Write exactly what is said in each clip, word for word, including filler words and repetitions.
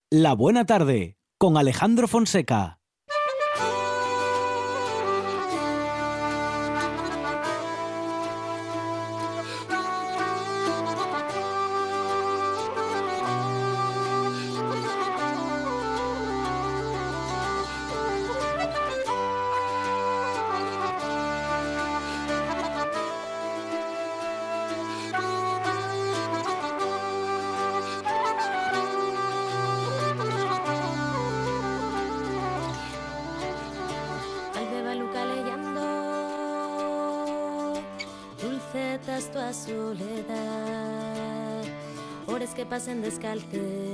La Buena Tarde, con Alejandro Fonseca. Pasen descalces,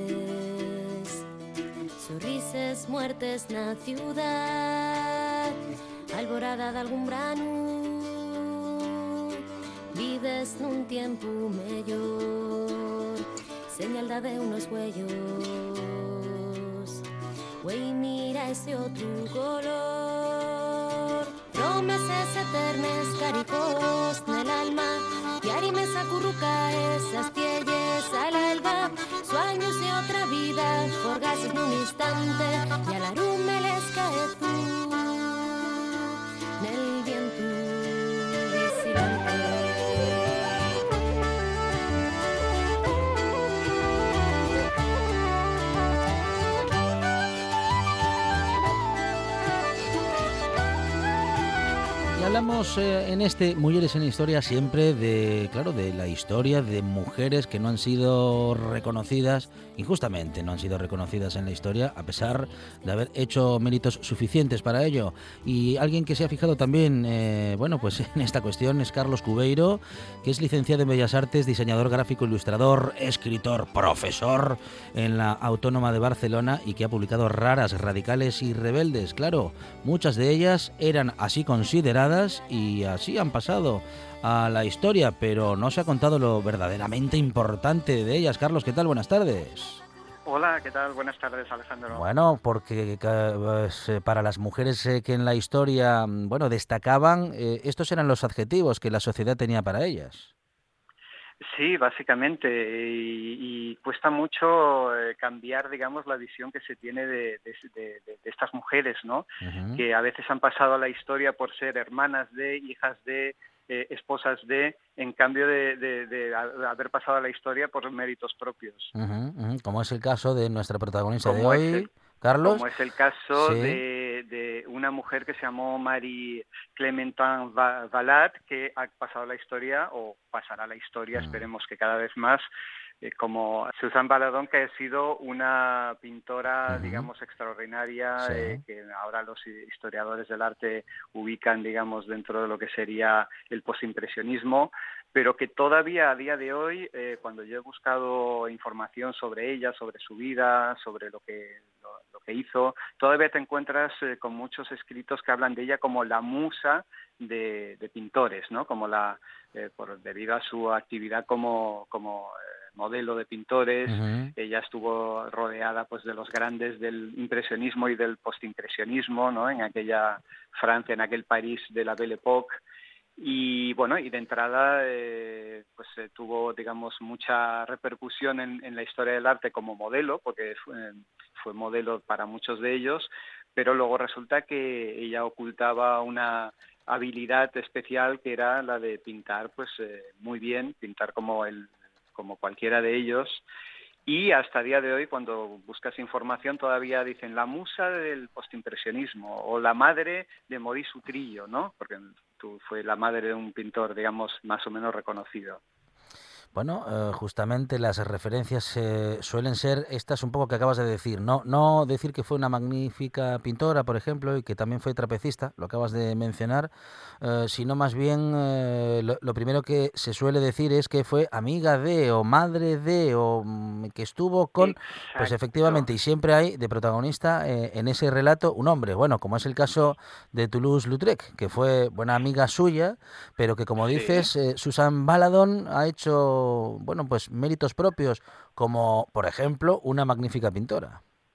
sorrises, muertes na ciudad, alborada de algún brano, vives nun tiempo mellor, señalda de unos huellos, güey, mira ese otro color, promesas eternas, caricos nel alma, diari me sacurruca esas tielles al alba, sueños de otra vida, forgas en un instante, y a la rume les cae tú, nel viento vigilante. Hablamos eh, en este Mujeres en Historia siempre de, claro, de la historia de mujeres que no han sido reconocidas, injustamente no han sido reconocidas en la historia, a pesar de haber hecho méritos suficientes para ello. Y alguien que se ha fijado también, eh, bueno, pues en esta cuestión es Carlos Cubeiro, que es licenciado en Bellas Artes, diseñador gráfico, ilustrador, escritor, profesor en la Autónoma de Barcelona y que ha publicado Raras, Radicales y Rebeldes. Claro, muchas de ellas eran así consideradas y así han pasado a la historia, pero no se ha contado lo verdaderamente importante de ellas. Carlos, ¿qué tal? Buenas tardes. Hola, ¿qué tal? Buenas tardes, Alejandro. Bueno, porque pues, para las mujeres eh, que en la historia, bueno, destacaban, eh, estos eran los adjetivos que la sociedad tenía para ellas. Sí, básicamente, y, y cuesta mucho eh, cambiar, digamos, la visión que se tiene de, de, de, de estas mujeres, ¿no? Uh-huh. Que a veces han pasado a la historia por ser hermanas de, hijas de, eh, esposas de, en cambio de, de, de haber pasado a la historia por méritos propios. Uh-huh, uh-huh. Como es el caso de nuestra protagonista Como de hoy, el, Carlos. Como es el caso sí. de, de una mujer que se llamó Marie Clementine Vallat, que ha pasado a la historia, o pasará a la historia, mm. esperemos que cada vez más, eh, como Suzanne Valadon, que ha sido una pintora, uh-huh. digamos, extraordinaria, sí. eh, que ahora los historiadores del arte ubican, digamos, dentro de lo que sería el postimpresionismo, pero que todavía a día de hoy, eh, cuando yo he buscado información sobre ella, sobre su vida, sobre lo que, lo, lo que hizo, todavía te encuentras eh, con muchos escritos que hablan de ella como la musa de, de pintores, ¿no? Como la, eh, por, debido a su actividad como, como eh, modelo de pintores, uh-huh. ella estuvo rodeada pues de los grandes del impresionismo y del postimpresionismo, ¿no? En aquella Francia, en aquel París de la Belle Époque. Y bueno, y de entrada eh, pues eh, tuvo, digamos, mucha repercusión en, en la historia del arte como modelo, porque fue, fue modelo para muchos de ellos, pero luego resulta que ella ocultaba una habilidad especial que era la de pintar pues eh, muy bien, pintar como el, como cualquiera de ellos. Y hasta el día de hoy, cuando buscas información, todavía dicen la musa del postimpresionismo o la madre de Maurice Utrillo, ¿no? Porque fue la madre de un pintor, digamos, más o menos reconocido. Bueno, eh, justamente las referencias eh, suelen ser estas un poco que acabas de decir, no no decir que fue una magnífica pintora, por ejemplo, y que también fue trapecista, lo acabas de mencionar, eh, sino más bien eh, lo, lo primero que se suele decir es que fue amiga de, o madre de, o mm, que estuvo con, Exacto. Pues efectivamente, y siempre hay de protagonista eh, en ese relato un hombre, bueno, como es el caso de Toulouse-Lautrec, que fue buena amiga suya, pero que como sí. dices, eh, Suzanne Valadon ha hecho bueno, pues méritos propios, como por ejemplo una magnífica pintora.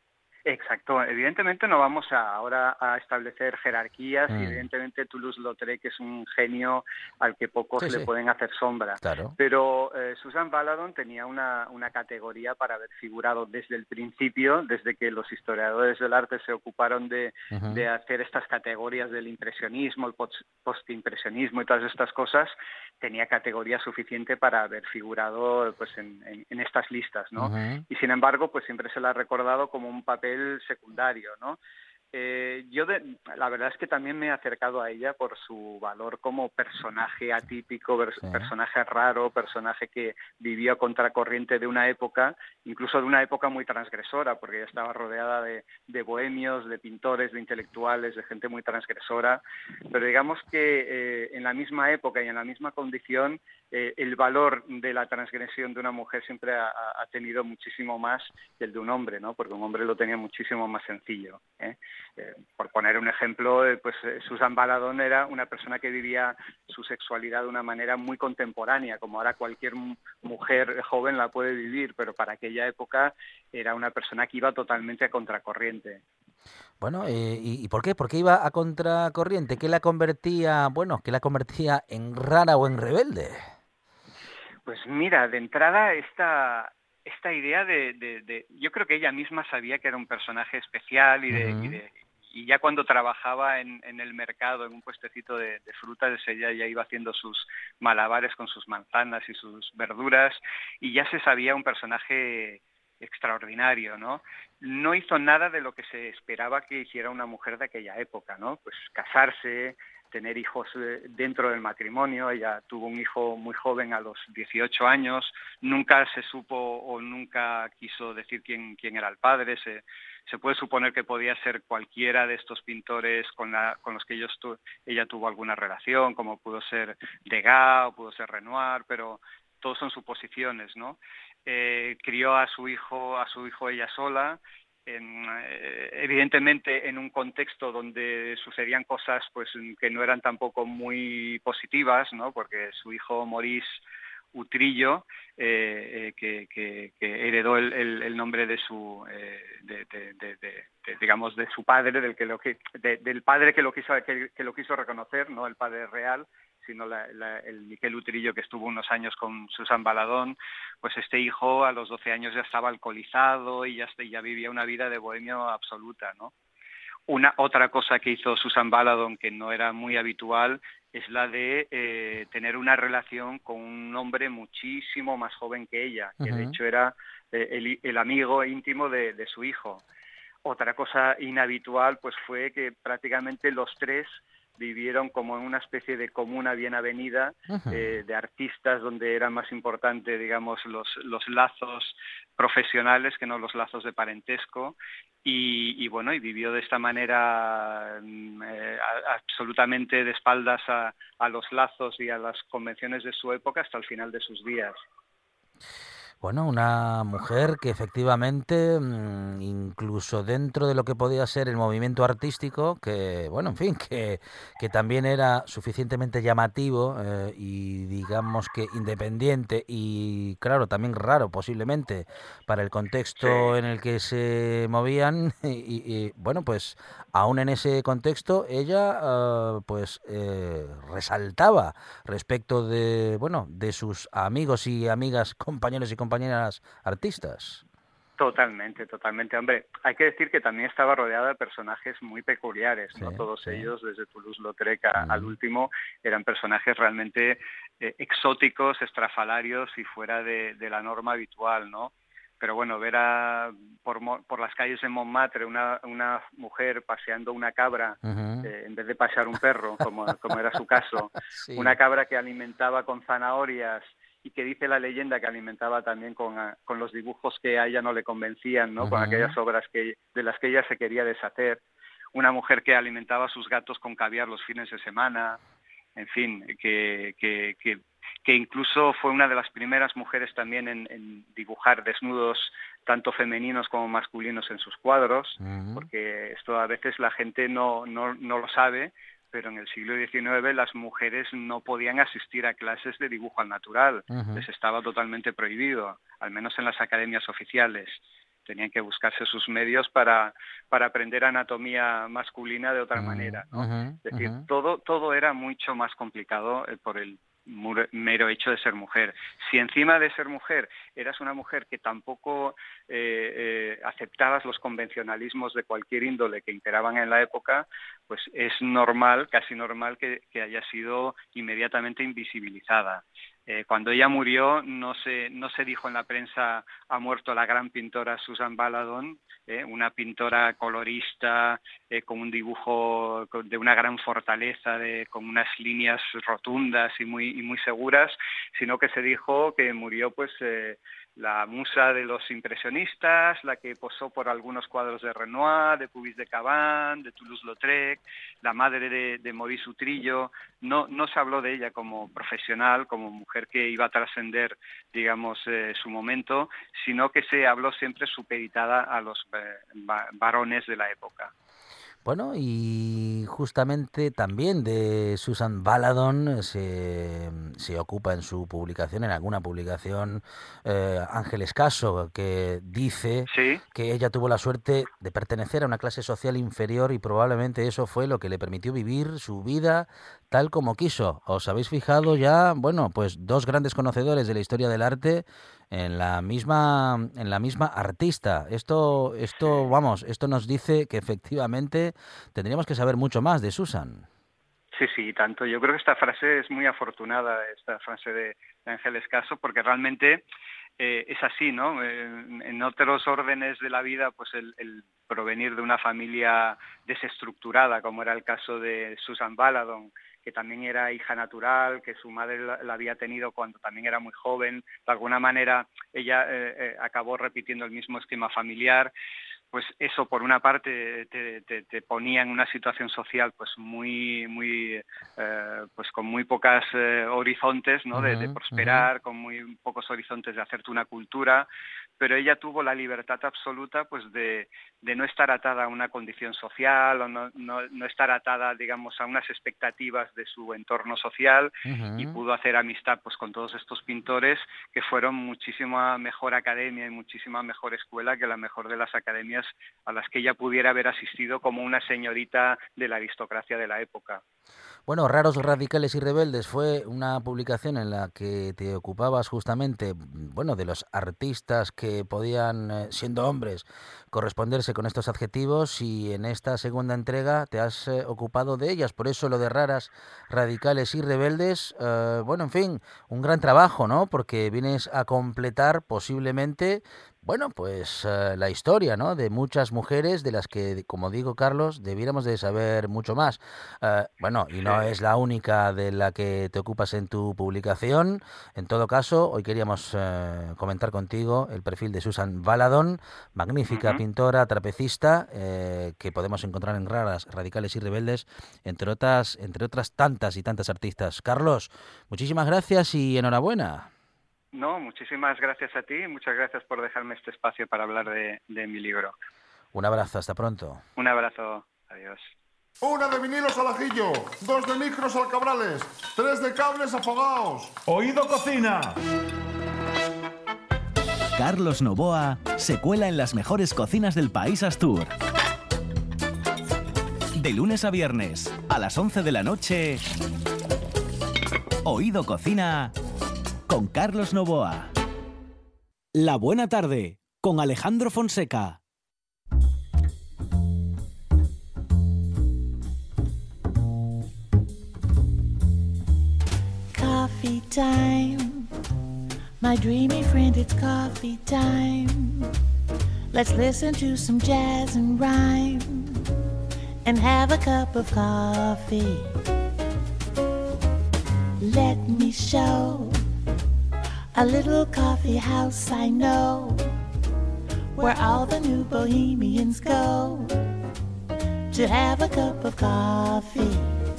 Exacto. Evidentemente no vamos a, ahora a establecer jerarquías Mm. y evidentemente Toulouse-Lautrec es un genio al que pocos Sí, le sí, pueden hacer sombra. claro. Pero eh, Susan Baladon tenía una, una categoría para haber figurado desde el principio, desde que los historiadores del arte se ocuparon de, Ujú. de hacer estas categorías del impresionismo, el post- postimpresionismo y todas estas cosas, tenía categoría suficiente para haber figurado pues en, en, en estas listas, ¿no? Ujú. Y sin embargo, pues siempre se la ha recordado como un papel secundario, ¿no? Eh, yo de, la verdad es que también me he acercado a ella por su valor como personaje atípico, vers- Sí. personaje raro, personaje que vivió a contracorriente de una época, incluso de una época muy transgresora, porque ella estaba rodeada de, de bohemios, de pintores, de intelectuales, de gente muy transgresora, pero digamos que eh, en la misma época y en la misma condición eh, el valor de la transgresión de una mujer siempre ha, ha tenido muchísimo más que el de un hombre, ¿no? Porque un hombre lo tenía muchísimo más sencillo, ¿eh? Eh, por poner un ejemplo, eh, pues eh, Susan Baladon era una persona que vivía su sexualidad de una manera muy contemporánea, como ahora cualquier m- mujer joven la puede vivir, pero para aquella época era una persona que iba totalmente a contracorriente. Bueno, eh, ¿y, y por qué? ¿Por qué iba a contracorriente? ¿Qué la convertía, bueno, qué la convertía en rara o en rebelde? Pues mira, de entrada esta esta idea de, de, de yo creo que ella misma sabía que era un personaje especial y de, y Ujú. de y ya cuando trabajaba en, en el mercado, en un puestecito de, de frutas, ella ya iba haciendo sus malabares con sus manzanas y sus verduras, y ya se sabía un personaje extraordinario, ¿no? No hizo nada de lo que se esperaba que hiciera una mujer de aquella época, ¿no? Pues casarse, tener hijos eh, dentro del matrimonio. Ella tuvo un hijo muy joven, a los dieciocho años, nunca se supo o nunca quiso decir quién, quién era el padre. Se, se puede suponer que podía ser cualquiera de estos pintores con, la, con los que ellos tu, ella tuvo alguna relación, como pudo ser Degas o pudo ser Renoir, pero todos son suposiciones, ¿no? Eh, crió a su hijo, a su hijo ella sola, en, eh, evidentemente en un contexto donde sucedían cosas pues que no eran tampoco muy positivas, ¿no? Porque su hijo Maurice Utrillo, eh, eh, que, que, que heredó el, el, el nombre de su eh, de, de, de, de, de, digamos de su padre, del que lo que de, del padre que lo quiso que, que lo quiso reconocer, no el padre real, sino la, la, el Miquel Utrillo, que estuvo unos años con Susan Baladon. Pues este hijo a los doce años ya estaba alcoholizado y ya, ya vivía una vida de bohemio absoluta, ¿no? Una otra cosa que hizo Susan Baladon, que no era muy habitual, es la de eh, tener una relación con un hombre muchísimo más joven que ella, que de Ujú. hecho era eh, el, el amigo íntimo de, de su hijo. Otra cosa inhabitual pues fue que prácticamente los tres vivieron como en una especie de comuna bien avenida Ujú. eh, de artistas, donde era más importante, digamos, los, los lazos profesionales que no los lazos de parentesco, y, y bueno, y vivió de esta manera eh, a, absolutamente de espaldas a, a los lazos y a las convenciones de su época hasta el final de sus días. Bueno, una mujer que efectivamente, mm, incluso dentro de lo que podía ser el movimiento artístico, que, bueno, en fin, que, que también era suficientemente llamativo eh, y digamos que independiente y, claro, también raro posiblemente para el contexto Sí. en el que se movían y, y, bueno, pues aún en ese contexto ella uh, pues eh, resaltaba respecto de, bueno, de sus amigos y amigas, compañeros y compañeras artistas. Totalmente, totalmente. Hombre, hay que decir que también estaba rodeada de personajes muy peculiares, Sí, ¿no? Todos sí. ellos, desde Toulouse-Lautrec a, al Mm. último, eran personajes realmente eh, exóticos, estrafalarios y fuera de, de la norma habitual, ¿no? Pero bueno, ver a, por, por las calles de Montmartre una, una mujer paseando una cabra, Uh-huh. eh, en vez de pasear un perro, como, como era su caso, Sí. una cabra que alimentaba con zanahorias y que dice la leyenda que alimentaba también con, con los dibujos que a ella no le convencían, ¿no? Uh-huh. Con aquellas obras que, de las que ella se quería deshacer. Una mujer que alimentaba a sus gatos con caviar los fines de semana, en fin, que, que, que, que incluso fue una de las primeras mujeres también en, en dibujar desnudos tanto femeninos como masculinos en sus cuadros, Uh-huh. porque esto a veces la gente no, no, no lo sabe, pero en el siglo diecinueve las mujeres no podían asistir a clases de dibujo al natural, Uh-huh. les estaba totalmente prohibido, al menos en las academias oficiales. tenían que buscarse sus medios para, para aprender anatomía masculina de otra uh-huh, manera, ¿no? Uh-huh, es decir, uh-huh. todo, todo era mucho más complicado eh, por el mero hecho de ser mujer. Si encima de ser mujer eras una mujer que tampoco eh, eh, aceptabas los convencionalismos de cualquier índole que imperaban en la época, pues es normal, casi normal, que, que haya sido inmediatamente invisibilizada. Eh, cuando ella murió, no se, no se dijo en la prensa ha muerto la gran pintora Susan Baladon, eh, una pintora colorista, eh, con un dibujo de una gran fortaleza, de, con unas líneas rotundas y muy, y muy seguras, sino que se dijo que murió pues eh, la musa de los impresionistas, la que posó por algunos cuadros de Renoir, de Puvis de Caban, de Toulouse-Lautrec, la madre de, de Maurice Utrillo. No, no se habló de ella como profesional, como mujer que iba a trascender, digamos, eh, su momento, sino que se habló siempre supeditada a los eh, varones de la época. Bueno, y justamente también de Susan Baladon se, se ocupa en su publicación, en alguna publicación, eh, Ángel Escaso, que dice ¿Sí? que ella tuvo la suerte de pertenecer a una clase social inferior y probablemente eso fue lo que le permitió vivir su vida tal como quiso. ¿Os habéis fijado ya? Bueno, pues dos grandes conocedores de la historia del arte en la misma en la misma artista. Esto esto vamos, esto nos dice que efectivamente tendríamos que saber mucho más de Susan. Sí, sí, tanto. Yo creo que esta frase es muy afortunada, esta frase de Ángel Escaso, porque realmente eh, es así, ¿no? En, en otros órdenes de la vida, pues el, el provenir de una familia desestructurada, como era el caso de Susan Baladon, que también era hija natural, que su madre la, la había tenido cuando también era muy joven, de alguna manera ella eh, eh, acabó repitiendo el mismo esquema familiar. Pues eso por una parte te, te, te ponía en una situación social pues muy muy eh, pues con muy pocas eh, horizontes, ¿no? de, de prosperar, uh-huh. con muy pocos horizontes de hacerte una cultura, pero ella tuvo la libertad absoluta pues de, de no estar atada a una condición social o no, no, no estar atada, digamos, a unas expectativas de su entorno social, uh-huh. y pudo hacer amistad pues con todos estos pintores que fueron muchísima mejor academia y muchísima mejor escuela que la mejor de las academias a las que ella pudiera haber asistido como una señorita de la aristocracia de la época. Bueno, Raros, Radicales y Rebeldes fue una publicación en la que te ocupabas justamente, bueno, de los artistas que podían, siendo hombres, corresponderse con estos adjetivos, y en esta segunda entrega te has eh, ocupado de ellas. Por eso lo de Raras, Radicales y Rebeldes, eh, bueno, en fin, un gran trabajo, ¿no? Porque vienes a completar posiblemente, bueno, pues uh, la historia, ¿no? De muchas mujeres de las que, como digo, Carlos, debiéramos de saber mucho más. Uh, bueno, y no es la única de la que te ocupas en tu publicación. En todo caso, hoy queríamos uh, comentar contigo el perfil de Susan Baladon, magnífica uh-huh. pintora, trapecista, eh, que podemos encontrar en Raras, Radicales y Rebeldes, entre otras, entre otras tantas y tantas artistas. Carlos, muchísimas gracias y enhorabuena. No, muchísimas gracias a ti, muchas gracias por dejarme este espacio para hablar de, de mi libro. Un abrazo, hasta pronto. Un abrazo, adiós. Una de vinilos al ajillo, dos de micros al cabrales, tres de cables afogados. ¡Oído cocina! Carlos Novoa se cuela en las mejores cocinas del país Astur. De lunes a viernes, a las once de la noche, Oído Cocina con Carlos Novoa. La buena tarde con Alejandro Fonseca. Coffee time, my dreamy friend, it's coffee time. Let's listen to some jazz and rhyme and have a cup of coffee. Let me show a little coffee house I know, where all the new bohemians go to have a cup of coffee.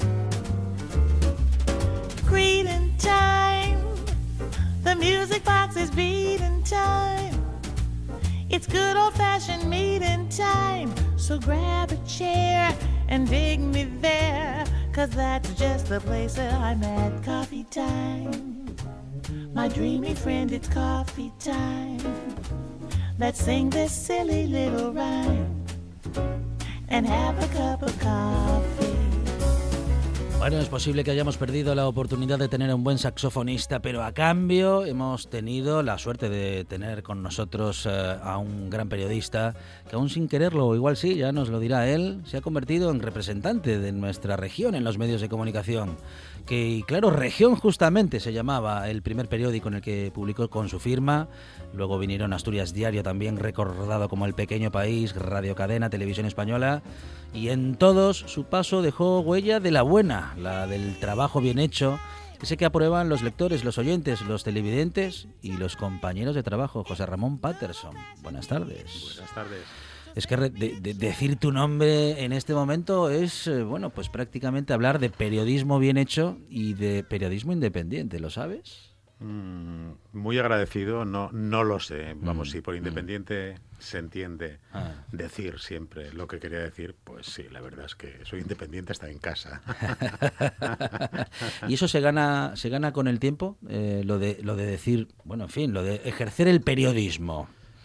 Greeting time, the music box is beating time. It's good old-fashioned meeting time, so grab a chair and dig me there, 'cause that's just the place that I'm at. Coffee time, my dreamy friend, it's coffee time. let's sing this silly little rhyme and have a cup of coffee. Bueno, es posible que hayamos perdido la oportunidad de tener un buen saxofonista, pero a cambio hemos tenido la suerte de tener con nosotros eh, a un gran periodista que aún sin quererlo, o igual sí, ya nos lo dirá él, se ha convertido en representante de nuestra región en los medios de comunicación. Que, y claro, Región justamente se llamaba el primer periódico en el que publicó con su firma. Luego vinieron Asturias Diario, también recordado como El Pequeño País, Radio Cadena, Televisión Española. Y en todos su paso dejó huella de la buena, la del trabajo bien hecho, ese que aprueban los lectores, los oyentes, los televidentes y los compañeros de trabajo. José Ramón Patterson, buenas tardes. Buenas tardes. Es que de, de, decir tu nombre en este momento es, eh, bueno, pues prácticamente hablar de periodismo bien hecho y de periodismo independiente, ¿lo sabes? Mm, muy agradecido, no no lo sé. Vamos, mm, si por independiente mm. se entiende ah. decir siempre lo que quería decir, pues sí, la verdad es que soy independiente hasta en casa. ¿Y eso se gana se gana con el tiempo? Eh, lo de lo de decir, bueno, en fin, lo de ejercer el periodismo.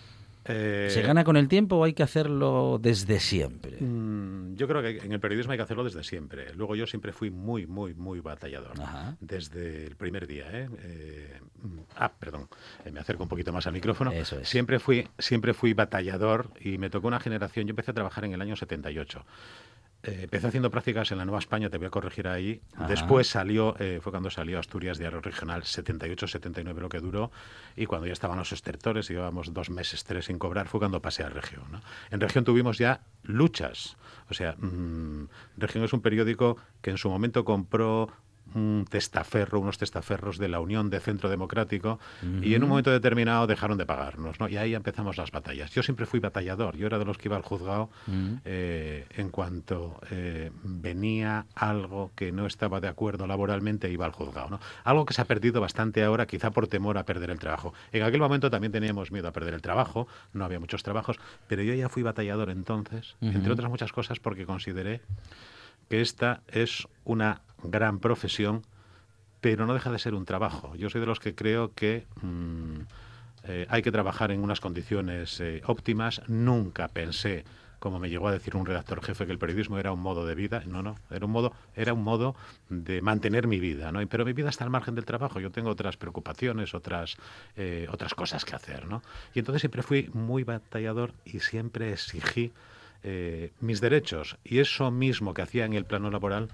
Eh, ¿Se gana con el tiempo o hay que hacerlo desde siempre? Mmm, yo creo que en el periodismo hay que hacerlo desde siempre. Luego yo siempre fui muy, muy, muy batallador. Ajá. Desde el primer día. ¿eh? Eh, ah, perdón, eh, me acerco un poquito más al micrófono. Eso es. Siempre fui, siempre fui batallador y me tocó una generación. Yo empecé a trabajar en el año setenta y ocho. Eh, empecé haciendo prácticas en la Nueva España, te voy a corregir ahí. Ajá. Después salió, eh, fue cuando salió Asturias Diario Regional, setenta y ocho setenta y nueve lo que duró, y cuando ya estaban los estertores, llevábamos dos meses, tres sin cobrar, fue cuando pasé a Región, ¿no? En Región tuvimos ya luchas, o sea, mmm, Región es un periódico que en su momento compró un testaferro, unos testaferros de la Unión de Centro Democrático, uh-huh. y en un momento determinado dejaron de pagarnos, ¿no? Y ahí empezamos las batallas. Yo siempre fui batallador, yo era de los que iba al juzgado uh-huh. eh, en cuanto eh, venía algo que no estaba de acuerdo laboralmente, iba al juzgado, ¿no? Algo que se ha perdido bastante ahora, quizá por temor a perder el trabajo. En aquel momento también teníamos miedo a perder el trabajo, no había muchos trabajos, pero yo ya fui batallador entonces, uh-huh. entre otras muchas cosas porque consideré que esta es una gran profesión, pero no deja de ser un trabajo. Yo soy de los que creo que mmm, eh, hay que trabajar en unas condiciones eh, óptimas. Nunca pensé, como me llegó a decir un redactor jefe, que el periodismo era un modo de vida. No, no, era un modo, era un modo de mantener mi vida, ¿no? Pero mi vida está al margen del trabajo. Yo tengo otras preocupaciones, otras, eh, otras cosas que hacer, ¿no? Y entonces siempre fui muy batallador y siempre exigí eh, mis derechos. Y eso mismo que hacía en el plano laboral,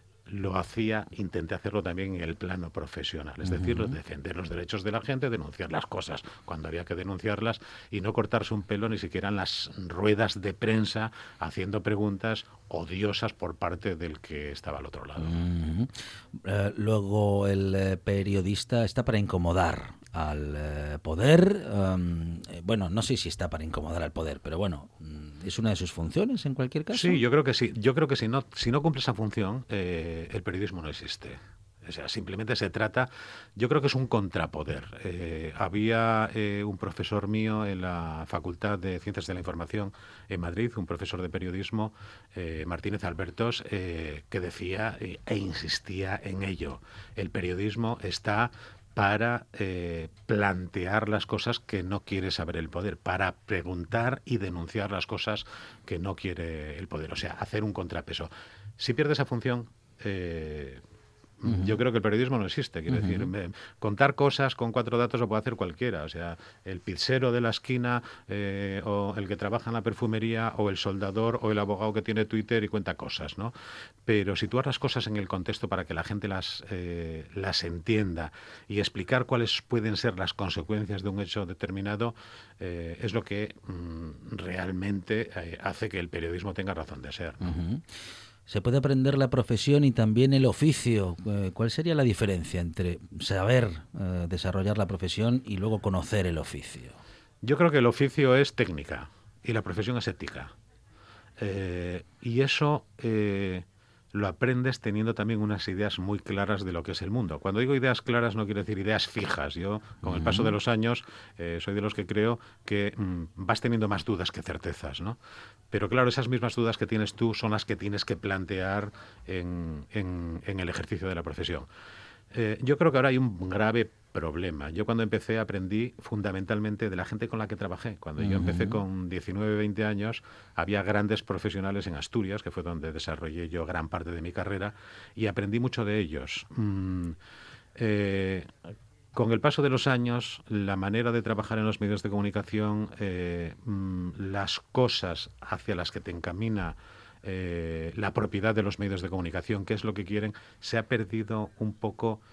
lo hacía, intenté hacerlo también en el plano profesional, es decir, uh-huh. defender los derechos de la gente, denunciar las cosas cuando había que denunciarlas y no cortarse un pelo ni siquiera en las ruedas de prensa haciendo preguntas odiosas por parte del que estaba al otro lado. Uh-huh. Uh, luego el eh, periodista está para incomodar al eh, poder, um, eh, bueno, no sé si está para incomodar al poder, pero bueno, ¿es una de sus funciones en cualquier caso? Sí, yo creo que sí. Yo creo que si no, si no cumple esa función, eh, el periodismo no existe. O sea, simplemente se trata, yo creo que es un contrapoder. Eh, había eh, un profesor mío en la Facultad de Ciencias de la Información en Madrid, un profesor de periodismo, eh, Martínez Albertos, eh, que decía eh, e insistía en ello. El periodismo está para eh, plantear las cosas que no quiere saber el poder, para preguntar y denunciar las cosas que no quiere el poder, o sea, hacer un contrapeso. Si pierde esa función, eh, uh-huh. yo creo que el periodismo no existe. Quiero uh-huh. decir, me, contar cosas con cuatro datos lo puede hacer cualquiera. O sea, el pizzero de la esquina, eh, o el que trabaja en la perfumería, o el soldador, o el abogado que tiene Twitter y cuenta cosas, ¿no? Pero situar las cosas en el contexto para que la gente las, eh, las entienda y explicar cuáles pueden ser las consecuencias de un hecho determinado, eh, es lo que mm, realmente eh, hace que el periodismo tenga razón de ser, ¿no? Uh-huh. ¿Se puede aprender la profesión y también el oficio? ¿Cuál sería la diferencia entre saber eh, desarrollar la profesión y luego conocer el oficio? Yo creo que el oficio es técnica y la profesión es ética. Eh, y eso eh, lo aprendes teniendo también unas ideas muy claras de lo que es el mundo. Cuando digo ideas claras no quiero decir ideas fijas. Yo, con el paso de los años, eh, soy de los que creo que mmm, vas teniendo más dudas que certezas, ¿no? Pero claro, esas mismas dudas que tienes tú son las que tienes que plantear en, en, en el ejercicio de la profesión. Eh, yo creo que ahora hay un grave problema. Yo cuando empecé aprendí fundamentalmente de la gente con la que trabajé. Cuando uh-huh. yo empecé con diecinueve, veinte años, había grandes profesionales en Asturias, que fue donde desarrollé yo gran parte de mi carrera, y aprendí mucho de ellos. Mm, eh, con el paso de los años, la manera de trabajar en los medios de comunicación, eh, mm, las cosas hacia las que te encamina eh, la propiedad de los medios de comunicación, qué es lo que quieren, se ha perdido un poco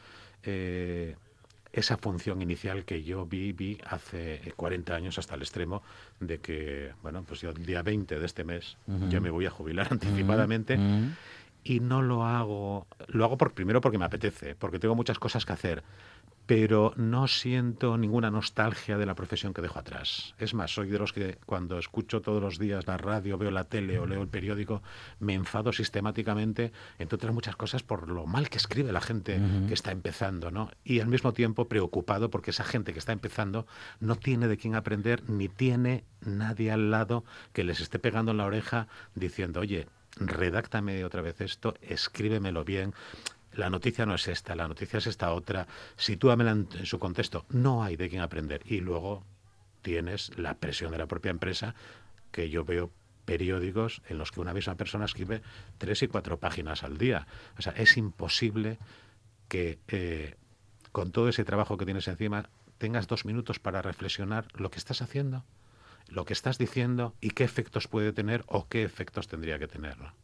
eh, esa función inicial que yo vi, vi hace cuarenta años, hasta el extremo de que, bueno, pues yo el día veinte de este mes uh-huh. yo me voy a jubilar anticipadamente. Uh-huh. Y no lo hago, lo hago por, primero porque me apetece, porque tengo muchas cosas que hacer, pero no siento ninguna nostalgia de la profesión que dejo atrás. Es más, soy de los que cuando escucho todos los días la radio, veo la tele o leo el periódico, me enfado sistemáticamente, entre otras muchas cosas, por lo mal que escribe la gente uh-huh. que está empezando, ¿no? Y al mismo tiempo preocupado porque esa gente que está empezando no tiene de quién aprender, ni tiene nadie al lado que les esté pegando en la oreja diciendo, oye, redáctame otra vez esto, escríbemelo bien, la noticia no es esta, la noticia es esta otra, sitúamela en, en su contexto. No hay de quién aprender. Y luego tienes la presión de la propia empresa, que yo veo periódicos en los que una misma persona escribe tres y cuatro páginas al día. O sea, es imposible que eh, con todo ese trabajo que tienes encima tengas dos minutos para reflexionar lo que estás haciendo, lo que estás diciendo y qué efectos puede tener o qué efectos tendría que tener, ¿no?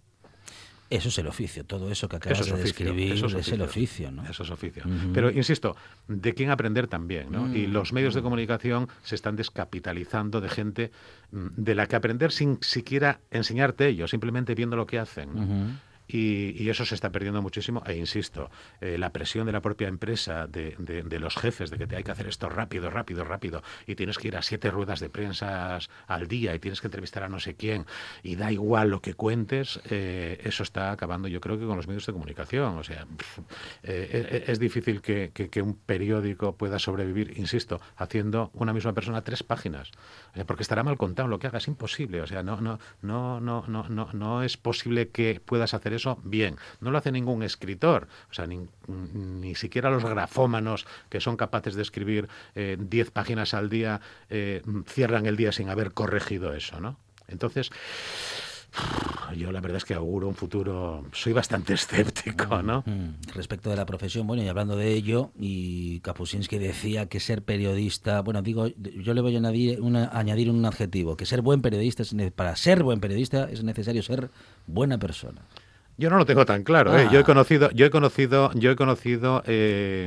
Eso es el oficio, todo eso que acabas eso es de oficio, describir eso es, es el oficio, ¿no? Eso es oficio. Uh-huh. Pero, insisto, de quién aprender también, ¿no? Uh-huh. Y los medios de comunicación se están descapitalizando de gente de la que aprender sin siquiera enseñarte ellos, simplemente viendo lo que hacen, ¿no? Uh-huh. Y, y eso se está perdiendo muchísimo, e insisto, eh, la presión de la propia empresa, de, de, de los jefes, de que te hay que hacer esto rápido, rápido, rápido, y tienes que ir a siete ruedas de prensa al día y tienes que entrevistar a no sé quién, y da igual lo que cuentes, eh, eso está acabando yo creo que con los medios de comunicación. O sea, pff, eh, es difícil que, que, que un periódico pueda sobrevivir, insisto, haciendo una misma persona tres páginas, o sea, porque estará mal contado lo que haga, es imposible. O sea, no, no, no, no, no, no, no es posible que puedas hacer eso bien. No lo hace ningún escritor, o sea, ni, ni siquiera los grafómanos que son capaces de escribir eh, diez páginas al día eh, cierran el día sin haber corregido eso, ¿no? Entonces, yo la verdad es que auguro un futuro, soy bastante escéptico, ¿no? Respecto de la profesión, bueno, y hablando de ello, y Kapuscinski decía que ser periodista, bueno, digo, yo le voy a añadir, una, añadir un adjetivo, que ser buen periodista, es, para ser buen periodista es necesario ser buena persona. Yo no lo tengo tan claro, ah. ¿eh? Yo he conocido, yo he conocido, yo he conocido eh,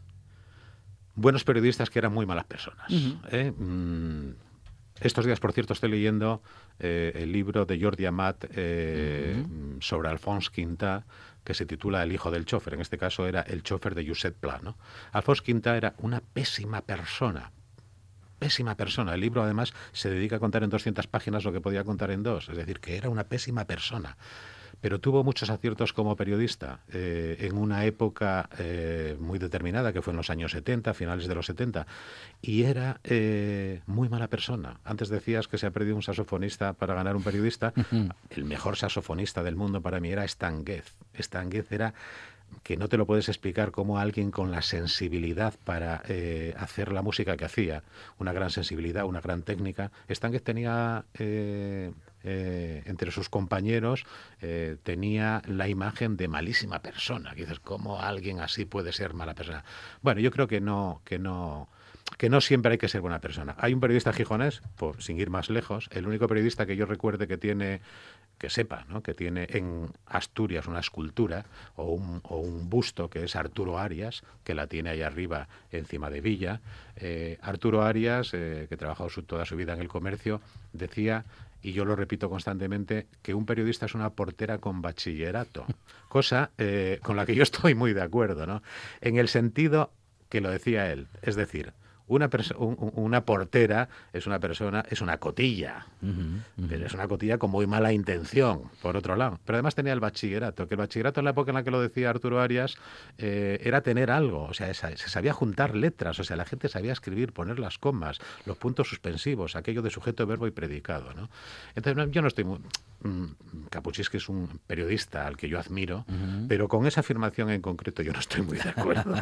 buenos periodistas que eran muy malas personas. Uh-huh. ¿eh? Mm, estos días, por cierto, estoy leyendo eh, el libro de Jordi Amat eh, uh-huh. sobre Alfons Quintà, que se titula El hijo del chofer. En este caso era el chofer de Josep Pla, ¿no? Alfons Quintà era una pésima persona. Pésima persona. El libro, además, se dedica a contar en doscientas páginas lo que podía contar en dos. Es decir, que era una pésima persona. Pero tuvo muchos aciertos como periodista eh, en una época eh, muy determinada, que fue en los años setenta, finales de los setenta, y era eh, muy mala persona. Antes decías que se ha perdido un saxofonista para ganar un periodista. El mejor saxofonista del mundo para mí era Stan Getz. Stan Getz era que no te lo puedes explicar como alguien con la sensibilidad para eh, hacer la música que hacía, una gran sensibilidad, una gran técnica. Stan Getz tenía... Eh, Eh, entre sus compañeros eh, tenía la imagen de malísima persona. Que dices, ¿cómo alguien así puede ser mala persona? Bueno, yo creo que no, que no, que no siempre hay que ser buena persona. Hay un periodista gijonés, pues, sin ir más lejos, el único periodista que yo recuerde que tiene, que sepa, ¿no?, que tiene en Asturias una escultura o un, o un busto, que es Arturo Arias, que la tiene ahí arriba encima de Villa. Eh, Arturo Arias, eh, que trabajó su, toda su vida en el comercio, decía, y yo lo repito constantemente, que un periodista es una portera con bachillerato, cosa eh, con la que yo estoy muy de acuerdo, ¿no? En el sentido que lo decía él, es decir, una, perso- un, una portera es una persona, es una cotilla, uh-huh, uh-huh. pero es una cotilla con muy mala intención, por otro lado. Pero además tenía el bachillerato, que el bachillerato en la época en la que lo decía Arturo Arias eh, era tener algo, o sea, esa, se sabía juntar letras, o sea, la gente sabía escribir, poner las comas, los puntos suspensivos, aquello de sujeto, verbo y predicado, ¿no? Entonces yo no estoy muy... Caputxís, que es un periodista al que yo admiro, uh-huh. pero con esa afirmación en concreto yo no estoy muy de acuerdo.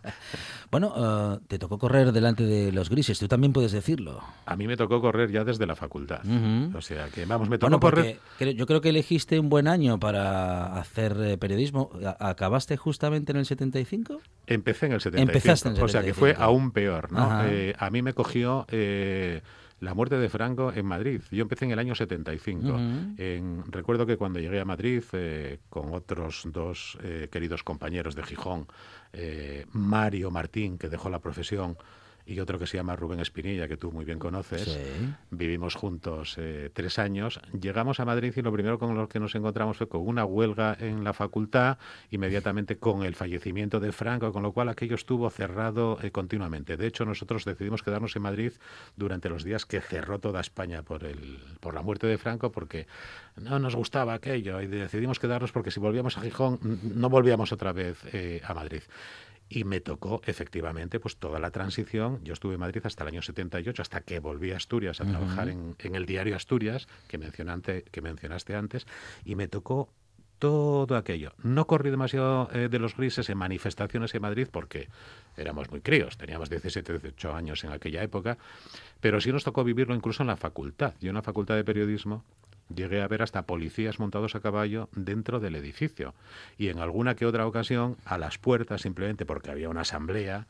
Bueno, uh, te tocó correr delante de los grises, tú también puedes decirlo. A mí me tocó correr ya desde la facultad. Uh-huh. O sea, que vamos, me tocó bueno, correr... Yo creo que elegiste un buen año para hacer eh, periodismo. ¿Acabaste justamente en el setenta y cinco? Empecé en el setenta y cinco. Empezaste en el setenta y cinco. O sea, que fue aún peor, ¿no? Eh, a mí me cogió... Eh, la muerte de Franco en Madrid. Yo empecé en el año setenta y cinco. Uh-huh. En, recuerdo que cuando llegué a Madrid, eh, con otros dos eh, queridos compañeros de Gijón, eh, Mario Martín, que dejó la profesión, y otro que se llama Rubén Espinilla, que tú muy bien conoces. Sí. Vivimos juntos eh, tres años. Llegamos a Madrid y lo primero con lo que nos encontramos fue con una huelga en la facultad, inmediatamente con el fallecimiento de Franco, con lo cual aquello estuvo cerrado eh, continuamente. De hecho, nosotros decidimos quedarnos en Madrid durante los días que cerró toda España por, el, por la muerte de Franco, porque no nos gustaba aquello y decidimos quedarnos porque si volvíamos a Gijón no volvíamos otra vez eh, a Madrid. Y me tocó, efectivamente, pues toda la transición. Yo estuve en Madrid hasta el año setenta y ocho, hasta que volví a Asturias a uh-huh. trabajar en, en el diario Asturias, que, mencionante, que mencionaste antes, y me tocó todo aquello. No corrí demasiado eh, de los grises en manifestaciones en Madrid porque éramos muy críos, teníamos diecisiete, dieciocho años en aquella época, pero sí nos tocó vivirlo incluso en la facultad. Yo en la facultad de periodismo llegué a ver hasta policías montados a caballo dentro del edificio y en alguna que otra ocasión a las puertas, simplemente porque había una asamblea.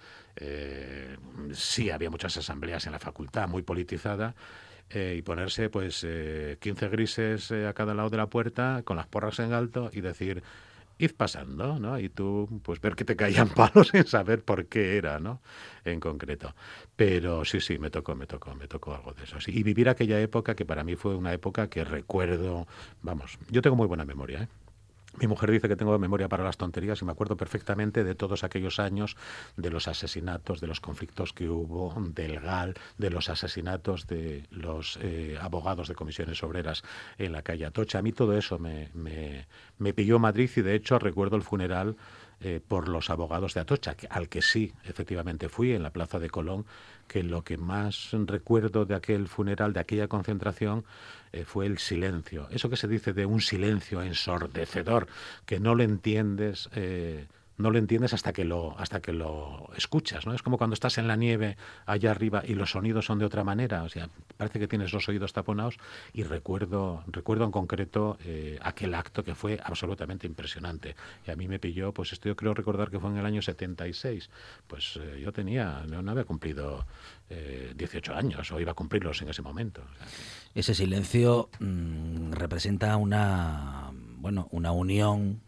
Eh, sí, había muchas asambleas en la facultad, muy politizada, eh, y ponerse pues eh, quince grises eh, a cada lado de la puerta con las porras en alto y decir: id pasando, ¿no? Y tú, pues, ver que te caían palos sin saber por qué era, ¿no? En concreto. Pero sí, sí, me tocó, me tocó, me tocó algo de eso. Sí. Y vivir aquella época que para mí fue una época que recuerdo, vamos, yo tengo muy buena memoria, ¿eh? Mi mujer dice que tengo memoria para las tonterías y me acuerdo perfectamente de todos aquellos años, de los asesinatos, de los conflictos que hubo, del G A L, de los asesinatos de los eh, abogados de comisiones obreras en la calle Atocha. A mí todo eso me, me, me pilló Madrid y de hecho recuerdo el funeral eh, por los abogados de Atocha, que, al que sí, efectivamente fui en la Plaza de Colón, que lo que más recuerdo de aquel funeral, de aquella concentración, eh, fue el silencio. Eso que se dice de un silencio ensordecedor, que no lo entiendes, eh, no lo entiendes hasta que lo, hasta que lo escuchas, ¿no? Es como cuando estás en la nieve allá arriba y los sonidos son de otra manera. O sea, parece que tienes los oídos taponados y recuerdo, recuerdo en concreto eh, aquel acto que fue absolutamente impresionante. Y a mí me pilló, pues esto yo creo recordar que fue en el año setenta y seis. Pues eh, yo tenía, no, no había cumplido eh, dieciocho años o iba a cumplirlos en ese momento. O sea, que... Ese silencio mmm, representa una, bueno, una unión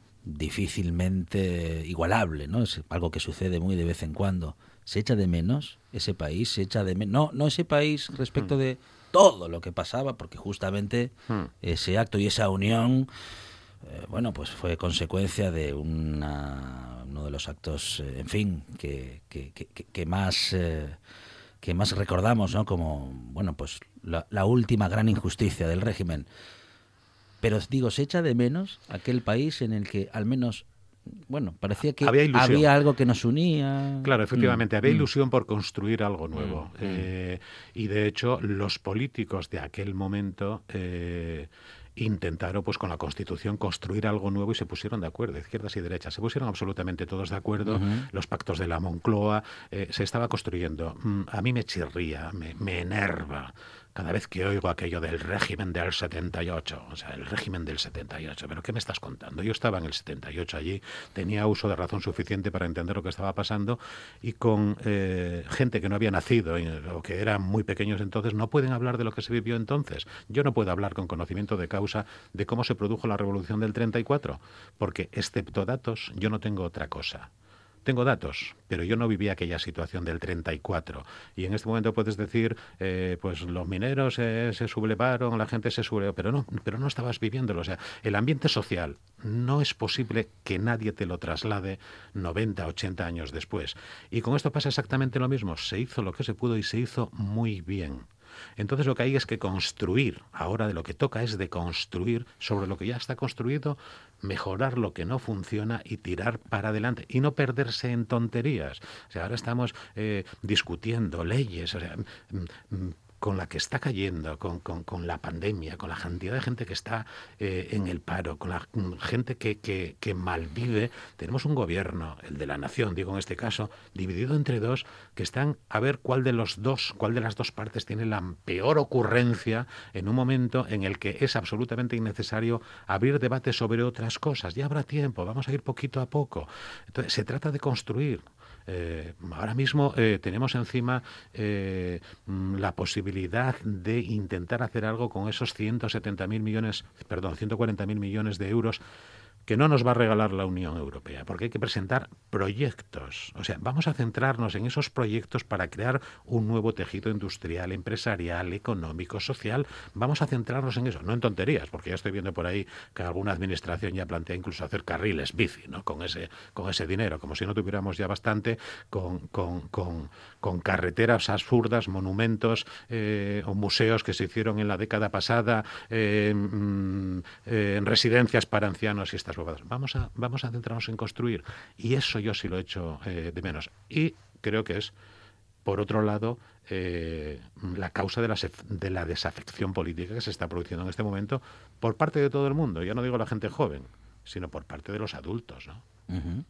difícilmente igualable, ¿no? Es algo que sucede muy de vez en cuando. Se echa de menos ese país, se echa de menos, no, no ese país respecto de todo lo que pasaba, porque justamente ese acto y esa unión, eh, bueno, pues fue consecuencia de una, uno de los actos, eh, en fin, que, que, que, que más eh, que más recordamos, ¿no? Como, bueno, pues la, la última gran injusticia del régimen. Pero digo, se echa de menos aquel país en el que al menos, bueno, parecía que había, había algo que nos unía. Claro, efectivamente, mm, había mm. ilusión por construir algo nuevo. Mm, eh, y de hecho, los políticos de aquel momento eh, intentaron, pues con la Constitución, construir algo nuevo y se pusieron de acuerdo, izquierdas y derechas. Se pusieron absolutamente todos de acuerdo. Uh-huh. Los pactos de la Moncloa, eh, se estaba construyendo. Mm, a mí me chirría, me, me enerva cada vez que oigo aquello del régimen del setenta y ocho, o sea, el régimen del setenta y ocho, ¿pero qué me estás contando? Yo estaba en el setenta y ocho allí, tenía uso de razón suficiente para entender lo que estaba pasando y con eh, gente que no había nacido o que eran muy pequeños entonces, no pueden hablar de lo que se vivió entonces. Yo no puedo hablar con conocimiento de causa de cómo se produjo la revolución del treinta y cuatro, porque excepto datos, yo no tengo otra cosa. Tengo datos, pero yo no viví aquella situación del treinta y cuatro. Y en este momento puedes decir, eh, pues los mineros eh, se sublevaron, la gente se sublevó, pero no, pero no estabas viviéndolo. O sea, el ambiente social no es posible que nadie te lo traslade noventa, ochenta años después. Y con esto pasa exactamente lo mismo. Se hizo lo que se pudo y se hizo muy bien. Entonces lo que hay es que construir. Ahora de lo que toca es de construir sobre lo que ya está construido, mejorar lo que no funciona y tirar para adelante y no perderse en tonterías. O sea, ahora estamos eh, discutiendo leyes. O sea, con la que está cayendo, con, con, con la pandemia, con la cantidad de gente que está eh, en el paro, con la gente que, que, que malvive, tenemos un gobierno, el de la nación, digo en este caso, dividido entre dos, que están a ver cuál de los dos, cuál de las dos partes tiene la peor ocurrencia en un momento en el que es absolutamente innecesario abrir debate sobre otras cosas. Ya habrá tiempo, vamos a ir poquito a poco. Entonces, se trata de construir. Eh, ahora mismo eh, tenemos encima eh, la posibilidad de intentar hacer algo con esos ciento setenta mil millones, perdón, ciento cuarenta mil millones de euros que no nos va a regalar la Unión Europea, porque hay que presentar proyectos. O sea, vamos a centrarnos en esos proyectos para crear un nuevo tejido industrial, empresarial, económico, social. Vamos a centrarnos en eso, no en tonterías, porque ya estoy viendo por ahí que alguna administración ya plantea incluso hacer carriles bici, ¿no? Con ese, con ese dinero, como si no tuviéramos ya bastante con, con, con, con carreteras absurdas, monumentos eh, o museos que se hicieron en la década pasada, eh, eh, en residencias para ancianos y estas bobadas. Vamos a, vamos a centrarnos en construir, y eso yo sí lo he hecho eh, de menos. Y creo que es, por otro lado, eh, la causa de la, de la desafección política que se está produciendo en este momento por parte de todo el mundo. Ya no digo la gente joven, sino por parte de los adultos, ¿no? Uh-huh.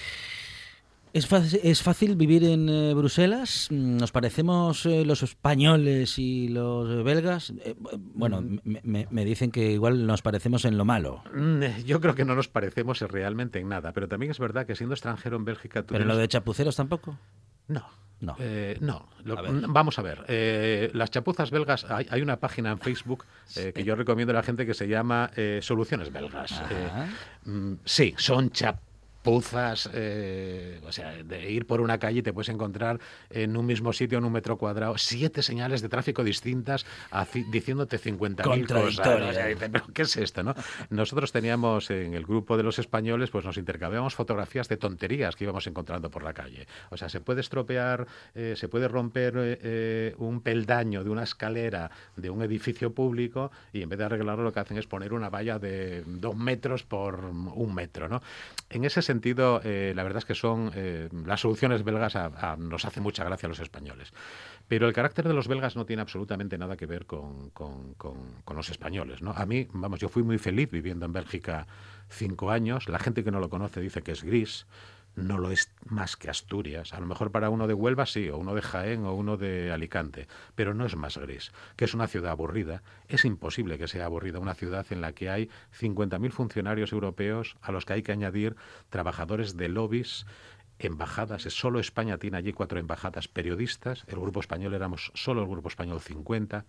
¿Es fácil, ¿Es fácil vivir en eh, Bruselas? ¿Nos parecemos eh, los españoles y los belgas? Eh, bueno, mm. me, me dicen que igual nos parecemos en lo malo. Yo creo que no nos parecemos realmente en nada, pero también es verdad que siendo extranjero en Bélgica... ¿Pero tienes... lo de chapuceros tampoco? No. No. Eh, no. Lo, a ver. Vamos a ver. Eh, las chapuzas belgas, hay, hay una página en Facebook eh, que yo recomiendo a la gente que se llama eh, Soluciones Belgas. Eh, mm, sí, son chapuzas. Puzas, eh, o sea, de ir por una calle y te puedes encontrar en un mismo sitio, en un metro cuadrado, siete señales de tráfico distintas aci- diciéndote cincuenta mil cosas. O sea, dice, ¿pero qué es esto, no? Nosotros teníamos en el grupo de los españoles, pues nos intercambiábamos fotografías de tonterías que íbamos encontrando por la calle. O sea, se puede estropear, eh, se puede romper eh, un peldaño de una escalera de un edificio público y en vez de arreglarlo lo que hacen es poner una valla de dos metros por un metro, ¿no? En ese sentido, sentido, eh, la verdad es que son eh, las soluciones belgas a, a, nos hace mucha gracia a los españoles. Pero el carácter de los belgas no tiene absolutamente nada que ver con, con, con, con los españoles, ¿no? A mí, vamos, yo fui muy feliz viviendo en Bélgica cinco años. La gente que no lo conoce dice que es gris. No lo es más que Asturias. A lo mejor para uno de Huelva sí, o uno de Jaén, o uno de Alicante, pero no es más gris. Que es una ciudad aburrida. Es imposible que sea aburrida una ciudad en la que hay cincuenta mil funcionarios europeos a los que hay que añadir trabajadores de lobbies, embajadas. Es solo España tiene allí cuatro embajadas, periodistas. El grupo español éramos solo el grupo español cincuenta.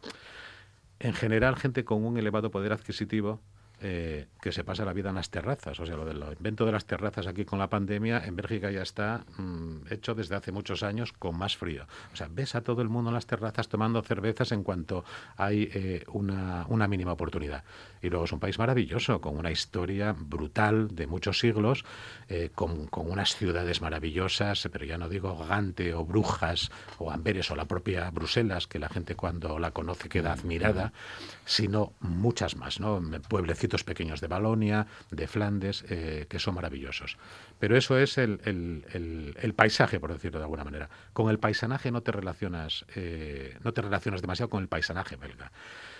En general, gente con un elevado poder adquisitivo, Eh, que se pasa la vida en las terrazas. O sea, lo del invento de las terrazas aquí con la pandemia, en Bélgica ya está mmm, hecho desde hace muchos años con más frío. O sea, ves a todo el mundo en las terrazas tomando cervezas en cuanto hay eh, una, una mínima oportunidad. Y luego es un país maravilloso, con una historia brutal de muchos siglos, eh, con, con unas ciudades maravillosas, pero ya no digo Gante o Brujas o Amberes o la propia Bruselas, que la gente cuando la conoce queda admirada, sino muchas más, ¿no? Pueblecitos pequeños de Valonia, de Flandes, eh, que son maravillosos. Pero eso es el, el, el, el paisaje, por decirlo de alguna manera. Con el paisanaje no te relacionas, eh, no te relacionas demasiado con el paisanaje belga.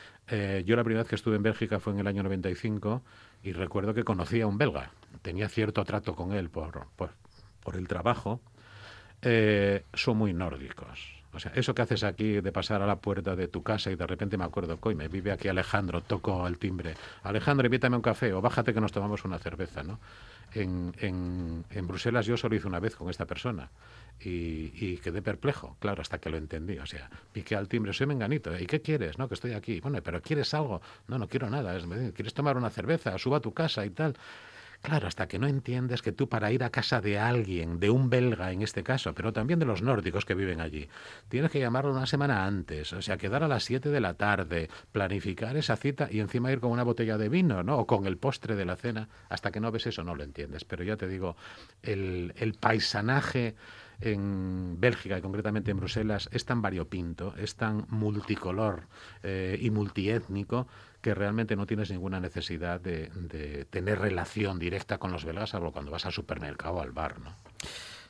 Eh, yo la primera vez que estuve en Bélgica fue en el año noventa y cinco y recuerdo que conocí a un belga. Tenía cierto trato con él por, por, por el trabajo. Eh, son muy nórdicos. O sea, eso que haces aquí de pasar a la puerta de tu casa y de repente me acuerdo, coime, vive aquí Alejandro, toco el timbre. Alejandro, invítame a un café o bájate que nos tomamos una cerveza, ¿no? En, en, en Bruselas yo solo hice una vez con esta persona y, y quedé perplejo, claro, hasta que lo entendí. O sea, piqué al timbre, soy menganito, ¿y qué quieres? No, que estoy aquí. Bueno, ¿pero quieres algo? No, no quiero nada. ¿Quieres tomar una cerveza? Suba a tu casa y tal. Claro, hasta que no entiendes que tú para ir a casa de alguien, de un belga en este caso, pero también de los nórdicos que viven allí, tienes que llamarlo una semana antes, o sea, quedar a las siete de la tarde, planificar esa cita y encima ir con una botella de vino, ¿no? O con el postre de la cena. Hasta que no ves eso no lo entiendes. Pero ya te digo, el, el paisanaje en Bélgica y concretamente en Bruselas es tan variopinto, es tan multicolor eh, y multiétnico que realmente no tienes ninguna necesidad de, de tener relación directa con los belgas, salvo cuando vas al supermercado o al bar, ¿no?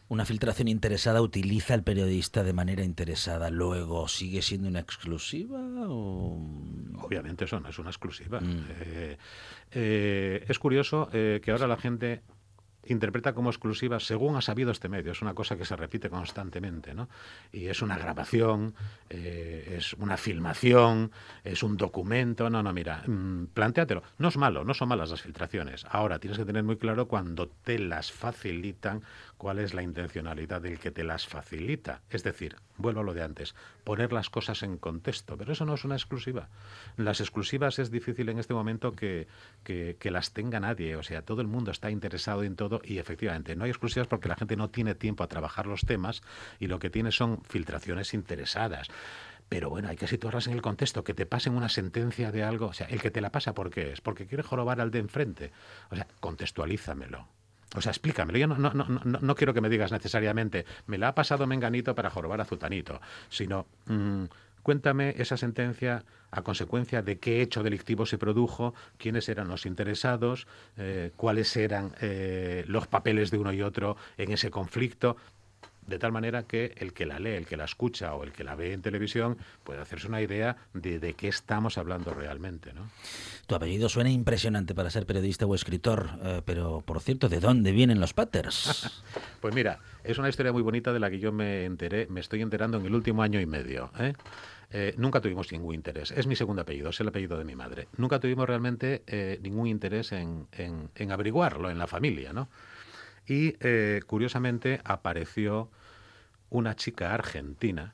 Una filtración interesada utiliza al periodista de manera interesada. Luego, ¿sigue siendo una exclusiva o...? Obviamente eso no es una exclusiva. Mm. Eh, eh, es curioso eh, que ahora la gente interpreta como exclusiva según ha sabido este medio. Es una cosa que se repite constantemente, ¿no? Y es una grabación, eh, es una filmación, es un documento. No, no, mira, mmm, plantéatelo. No es malo, no son malas las filtraciones. Ahora tienes que tener muy claro cuando te las facilitan cuál es la intencionalidad del que te las facilita. Es decir, vuelvo a lo de antes, poner las cosas en contexto. Pero eso no es una exclusiva. Las exclusivas es difícil en este momento que, que, que las tenga nadie. O sea, todo el mundo está interesado en todo y efectivamente no hay exclusivas porque la gente no tiene tiempo a trabajar los temas y lo que tiene son filtraciones interesadas. Pero bueno, hay que situarlas en el contexto, que te pasen una sentencia de algo. O sea, el que te la pasa, ¿por qué es? Porque quiere jorobar al de enfrente. O sea, contextualízamelo. O sea, explícamelo. Yo no, no, no, no, no quiero que me digas necesariamente, me la ha pasado Menganito para jorobar a Zutanito, sino... Mmm, cuéntame esa sentencia a consecuencia de qué hecho delictivo se produjo, quiénes eran los interesados, eh, cuáles eran eh, los papeles de uno y otro en ese conflicto, de tal manera que el que la lee, el que la escucha o el que la ve en televisión puede hacerse una idea de, de qué estamos hablando realmente, ¿no? Tu apellido suena impresionante para ser periodista o escritor, eh, pero, por cierto, ¿de dónde vienen los Paters? Pues mira, es una historia muy bonita de la que yo me enteré, me estoy enterando en el último año y medio, ¿eh? Eh, nunca tuvimos ningún interés. Es mi segundo apellido, es el apellido de mi madre. Nunca tuvimos realmente eh, ningún interés en, en, en averiguarlo en la familia, ¿no? Y eh, curiosamente apareció una chica argentina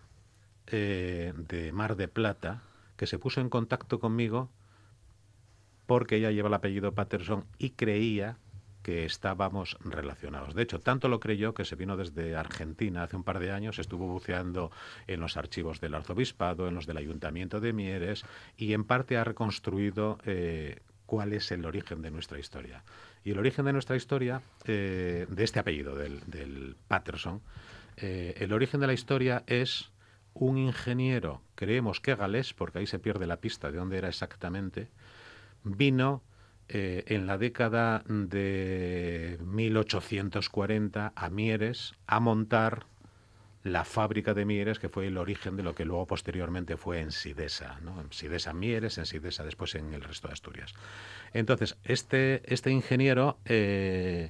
eh, de Mar de Plata que se puso en contacto conmigo porque ella lleva el apellido Patterson y creía que estábamos relacionados. De hecho, tanto lo creyó que se vino desde Argentina hace un par de años, estuvo buceando en los archivos del arzobispado, en los del Ayuntamiento de Mieres, y en parte ha reconstruido eh, cuál es el origen de nuestra historia. Y el origen de nuestra historia, eh, de este apellido, del, del Patterson, eh, el origen de la historia es un ingeniero, creemos que galés, porque ahí se pierde la pista de dónde era exactamente, vino... Eh, en la década de mil ochocientos cuarenta a Mieres a montar la fábrica de Mieres, que fue el origen de lo que luego posteriormente fue Ensidesa, ¿no? Ensidesa Mieres, Ensidesa después en el resto de Asturias. Entonces, este, este ingeniero eh,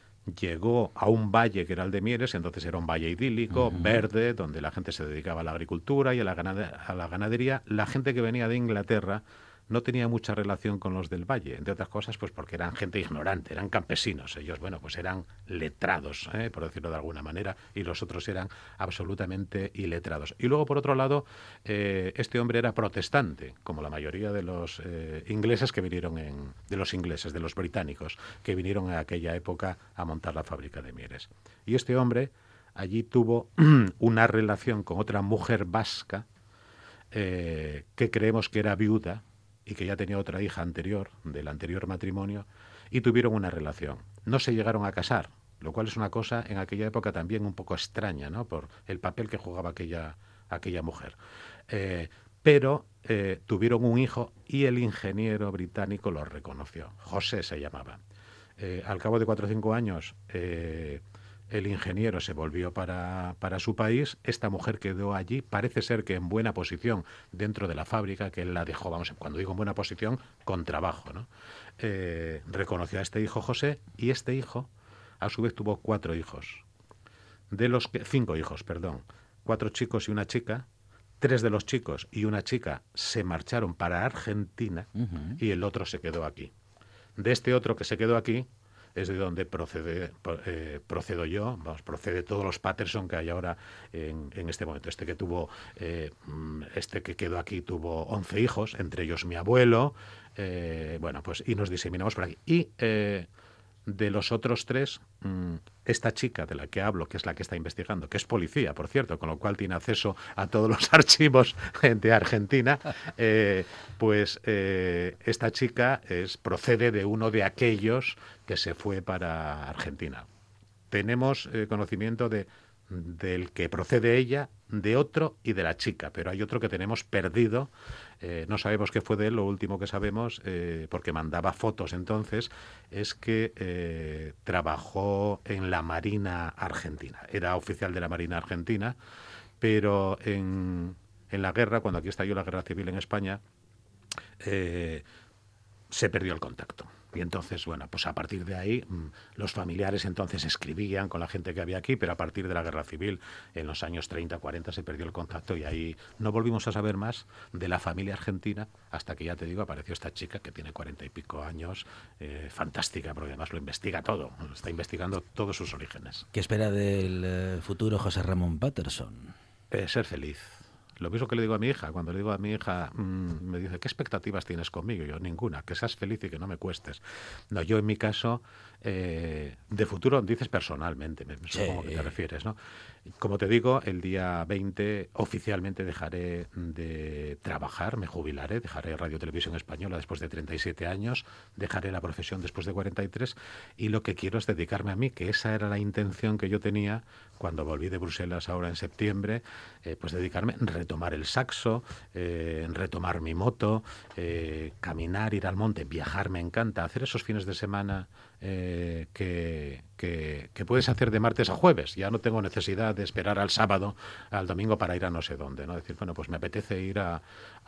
llegó a un valle que era el de Mieres, entonces era un valle idílico, uh-huh. verde, donde la gente se dedicaba a la agricultura y a la, ganade- a la ganadería. La gente que venía de Inglaterra no tenía mucha relación con los del valle, entre otras cosas, pues porque eran gente ignorante, eran campesinos. Ellos, bueno, pues eran letrados, ¿eh? por decirlo de alguna manera, y los otros eran absolutamente iletrados. Y luego, por otro lado, eh, este hombre era protestante, como la mayoría de los eh, ingleses que vinieron en, de los ingleses, de los británicos, que vinieron en aquella época a montar la fábrica de Mieres. Y este hombre allí tuvo una relación con otra mujer vasca eh, que creemos que era viuda, y que ya tenía otra hija anterior, del anterior matrimonio, y tuvieron una relación. No se llegaron a casar, lo cual es una cosa en aquella época también un poco extraña, ¿no? Por el papel que jugaba aquella, aquella mujer. Eh, pero eh, tuvieron un hijo y el ingeniero británico lo reconoció. José se llamaba. Eh, al cabo de cuatro o cinco años... Eh, el ingeniero se volvió para, para su país, esta mujer quedó allí, parece ser que en buena posición dentro de la fábrica, que él la dejó, vamos, cuando digo en buena posición, con trabajo, ¿no? Eh, reconoció a este hijo José, y este hijo, a su vez, tuvo cuatro hijos. De los que, cinco hijos, perdón, cuatro chicos y una chica. Tres de los chicos y una chica se marcharon para Argentina, uh-huh. y el otro se quedó aquí. De este otro que se quedó aquí, es de donde procede, eh, procedo yo, vamos, procede todos los Patterson que hay ahora en, en este momento. Este que tuvo, eh, este que quedó aquí tuvo once hijos, entre ellos mi abuelo, eh, bueno, pues, y nos diseminamos por aquí. Y eh, de los otros tres, mmm, esta chica de la que hablo, que es la que está investigando, que es policía, por cierto, con lo cual tiene acceso a todos los archivos de Argentina, eh, pues eh, esta chica es, procede de uno de aquellos que se fue para Argentina. Tenemos eh, conocimiento de del que procede ella, de otro y de la chica, pero hay otro que tenemos perdido. Eh, no sabemos qué fue de él. Lo último que sabemos, eh, porque mandaba fotos entonces, es que eh, trabajó en la Marina Argentina. Era oficial de la Marina Argentina, pero en, en la guerra, cuando aquí estalló la guerra civil en España, eh, se perdió el contacto. Y entonces, bueno, pues a partir de ahí, los familiares entonces escribían con la gente que había aquí, pero a partir de la Guerra Civil, en los años treinta, cuarenta, se perdió el contacto y ahí no volvimos a saber más de la familia argentina hasta que, ya te digo, apareció esta chica que tiene cuarenta y pico años, eh, fantástica, porque además lo investiga todo, está investigando todos sus orígenes. ¿Qué espera del eh, futuro José Ramón Patterson? Eh, ser feliz. Lo mismo que le digo a mi hija. Cuando le digo a mi hija, mmm, me dice, ¿qué expectativas tienes conmigo? Yo, ninguna, que seas feliz y que no me cuestes. No, yo en mi caso, eh, de futuro, dices personalmente, me Sí. supongo que te refieres, ¿no? Como te digo, el día veinte oficialmente dejaré de trabajar, me jubilaré, dejaré Radio Televisión Española después de treinta y siete años, dejaré la profesión después de cuarenta y tres y lo que quiero es dedicarme a mí, que esa era la intención que yo tenía cuando volví de Bruselas ahora en septiembre, eh, pues dedicarme, retomar el saxo, eh, retomar mi moto, eh, caminar, ir al monte, viajar me encanta, hacer esos fines de semana eh, que, que, que puedes hacer de martes a jueves. Ya no tengo necesidad de esperar al sábado, al domingo para ir a no sé dónde, ¿no? Decir, bueno, pues me apetece ir a,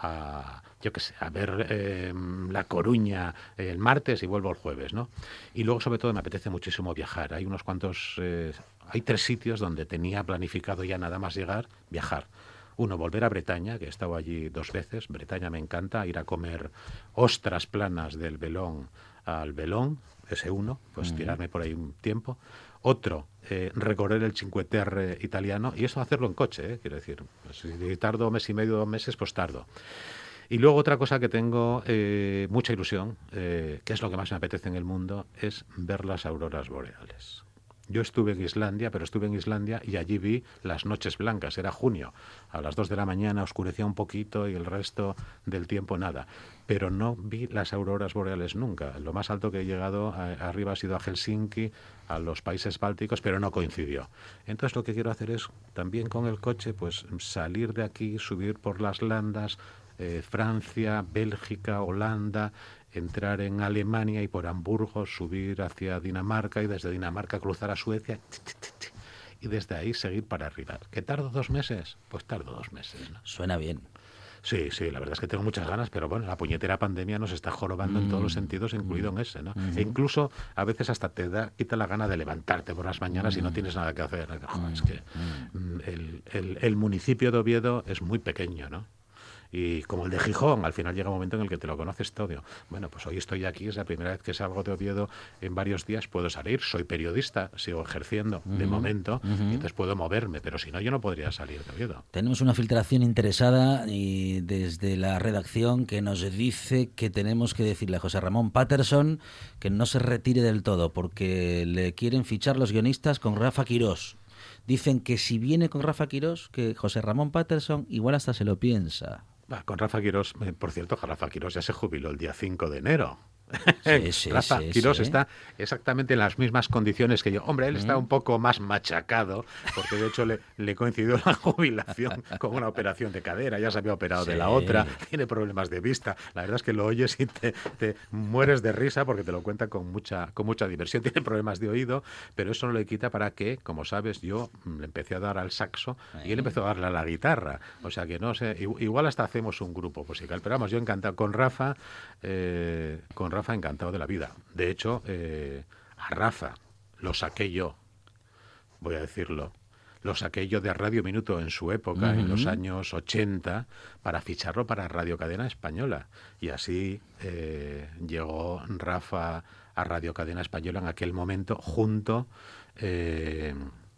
a yo qué sé, a ver eh, La Coruña el martes y vuelvo el jueves, ¿no? Y luego, sobre todo, me apetece muchísimo viajar. Hay unos cuantos, eh, hay tres sitios donde tenía planificado ya nada más llegar, viajar. Uno, volver a Bretaña, que he estado allí dos veces. Bretaña me encanta, ir a comer ostras planas del Belón al Belón, ese uno, pues uh-huh. tirarme por ahí un tiempo. Otro, eh, recorrer el Cinque Terre italiano, y eso hacerlo en coche, ¿eh? Quiero decir, pues, si tardo un mes y medio, dos meses, pues tardo. Y luego otra cosa que tengo eh, mucha ilusión, eh, que es lo que más me apetece en el mundo, es ver las auroras boreales. Yo estuve en Islandia, pero estuve en Islandia y allí vi las noches blancas, era junio, a las dos de la mañana oscurecía un poquito y el resto del tiempo nada, pero no vi las auroras boreales nunca. Lo más alto que he llegado a, arriba ha sido a Helsinki, a los países bálticos, pero no coincidió. Entonces lo que quiero hacer es también con el coche, pues salir de aquí, subir por las landas, eh, Francia, Bélgica, Holanda, entrar en Alemania y por Hamburgo subir hacia Dinamarca y desde Dinamarca cruzar a Suecia y desde ahí seguir para arriba. ¿Que tardo dos meses? Pues tardo dos meses, ¿no? Suena bien. Sí, sí, la verdad es que tengo muchas ganas, pero bueno, la puñetera pandemia nos está jorobando mm. en todos los sentidos, incluido mm. en ese, ¿no? Mm. E incluso a veces hasta te da, quita la gana de levantarte por las mañanas mm. y no tienes nada que hacer. Joder, es que mm. el, el, el municipio de Oviedo es muy pequeño, ¿no? Y como el de Gijón, al final llega un momento en el que te lo conoces todo. Bueno, pues hoy estoy aquí, es la primera vez que salgo de Oviedo en varios días, puedo salir, soy periodista, sigo ejerciendo uh-huh. de momento, uh-huh. y entonces puedo moverme, pero si no, yo no podría salir de Oviedo. Tenemos una filtración interesada y desde la redacción que nos dice que tenemos que decirle a José Ramón Patterson que no se retire del todo, porque le quieren fichar los guionistas con Rafa Quirós. Dicen que si viene con Rafa Quirós, que José Ramón Patterson igual hasta se lo piensa. Con Rafa Quirós, eh, por cierto, Rafa Quirós ya se jubiló el día cinco de enero. Sí, sí, Rafa sí, Quirós sí. está exactamente en las mismas condiciones que yo. Hombre, él está un poco más machacado, porque de hecho le, le coincidió la jubilación con una operación de cadera, ya se había operado sí. de la otra, tiene problemas de vista. La verdad es que lo oyes y te, te mueres de risa porque te lo cuentan con mucha, con mucha diversión. Tiene problemas de oído, pero eso no le quita para que, como sabes, yo le empecé a dar al saxo y él empezó a darle a la guitarra. O sea que no sé, igual hasta hacemos un grupo musical. Pero vamos, yo encantado con Rafa, eh, con Rafa Rafa encantado de la vida. De hecho, eh, a Rafa lo saqué yo, voy a decirlo, lo saqué yo de Radio Minuto en su época, uh-huh. en los años ochenta, para ficharlo para Radio Cadena Española. Y así eh, llegó Rafa a Radio Cadena Española en aquel momento, junto eh,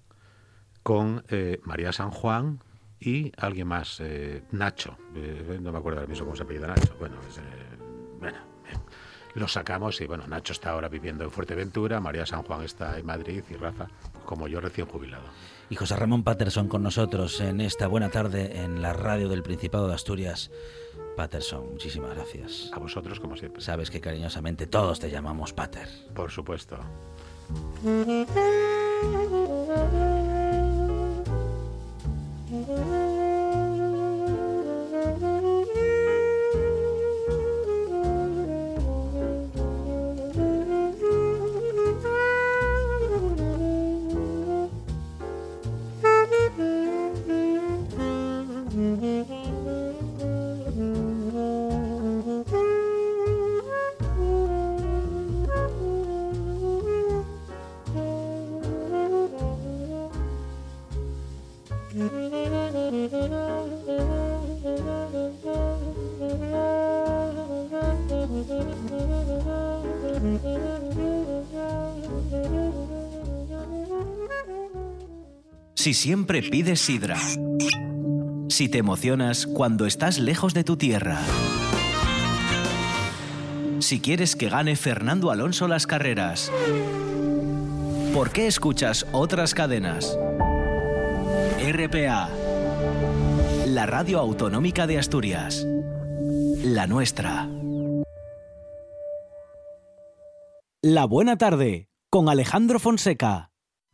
con eh, María San Juan y alguien más, eh, Nacho. Eh, no me acuerdo ahora mismo cómo se apellida Nacho. Bueno, pues, eh, bueno, eh. Lo sacamos y bueno, Nacho está ahora viviendo en Fuerteventura, María San Juan está en Madrid y Rafa, como yo, recién jubilado. Y José Ramón Patterson con nosotros en esta buena tarde en la radio del Principado de Asturias. Patterson, muchísimas gracias. A vosotros, como siempre. Sabes que cariñosamente todos te llamamos Pater. Por supuesto. Si siempre pides sidra. Si te emocionas cuando estás lejos de tu tierra. Si quieres que gane Fernando Alonso las carreras. ¿Por qué escuchas otras cadenas? R P A. La radio autonómica de Asturias. La nuestra. La buena tarde con Alejandro Fonseca.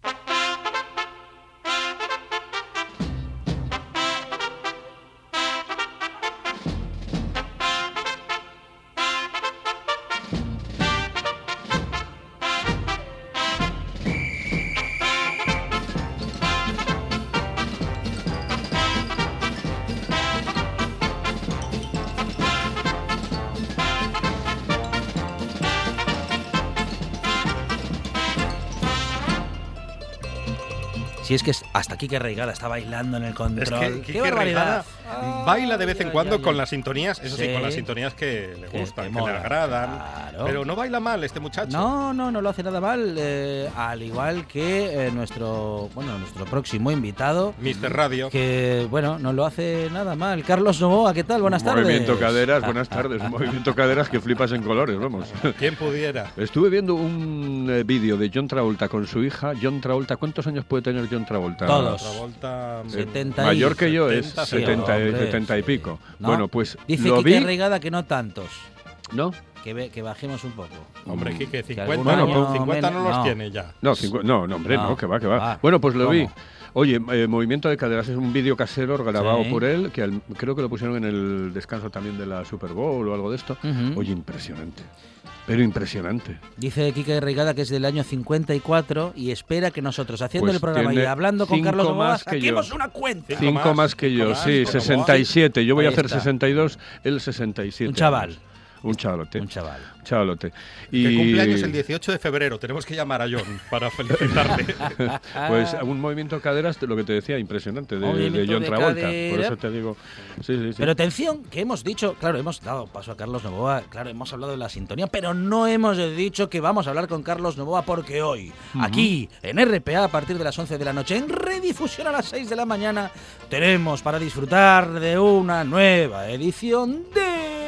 Si es que hasta Quique Reigada está bailando en el control. Es que ¡Qué Quique barbaridad! Reigada baila de vez en Ay, cuando ay, con ay. las sintonías, eso sí, Sí. con las sintonías que le Que gustan, te que le mola, agradan. claro. Pero no baila mal este muchacho. No, no, no lo hace nada mal. eh, al igual que eh, nuestro, bueno, nuestro próximo invitado, mister Radio. que bueno, no lo hace nada mal. Carlos Novoa, ¿qué tal? Buenas tardes. Movimiento caderas, buenas tardes. Un movimiento caderas que flipas en colores, vamos. ¿Quién pudiera? Estuve viendo un eh, vídeo de John Travolta con su hija. John Travolta, ¿cuántos años puede tener John Travolta? Todos. Travolta, setenta y- Mayor que yo es setenta, setenta, sí, hombre, setenta y sí, pico. ¿No? Bueno, pues Dice lo Quique vi. Reigada que no tantos. ¿No? Que, ve- que bajemos un poco. Hombre, Quique, Que cincuenta, algún no, año cincuenta no menos- los no. tiene ya. No, cincu- no, no, hombre, no, No. que va, que va. Ah, bueno, pues lo ¿cómo? vi. Oye, eh, Movimiento de Caderas es un vídeo casero grabado Sí. por él, que al- creo que lo pusieron en el descanso también de la Super Bowl o algo de esto. Ujú. Oye, impresionante. Pero impresionante. Dice Quique Reigada que es del año cincuenta y cuatro y espera que nosotros, haciendo Pues el programa y tiene hablando con cinco Carlos Novoa, más que yo. saquemos una cuenta. Cinco Cinco más, más, que cinco yo, más, sí, como sesenta y siete. Yo voy a Ahí hacer está. sesenta y dos, él sesenta y siete. Un chaval. años. Un chavalote. Un chaval. Un chavalote. Que cumpleaños el dieciocho de febrero. Tenemos que llamar a John para felicitarle. Pues un movimiento de caderas, de lo que te decía, impresionante, de, de Movimiento John de Travolta. cadera. Por eso te digo. Sí, sí, sí. Pero atención, que hemos dicho, claro, hemos dado paso a Carlos Novoa, claro, hemos hablado de la sintonía, pero no hemos dicho que vamos a hablar con Carlos Novoa porque hoy, aquí, en R P A, a partir de las once de la noche, en redifusión a las seis de la mañana, tenemos para disfrutar de una nueva edición de...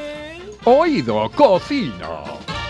Oído Cocina.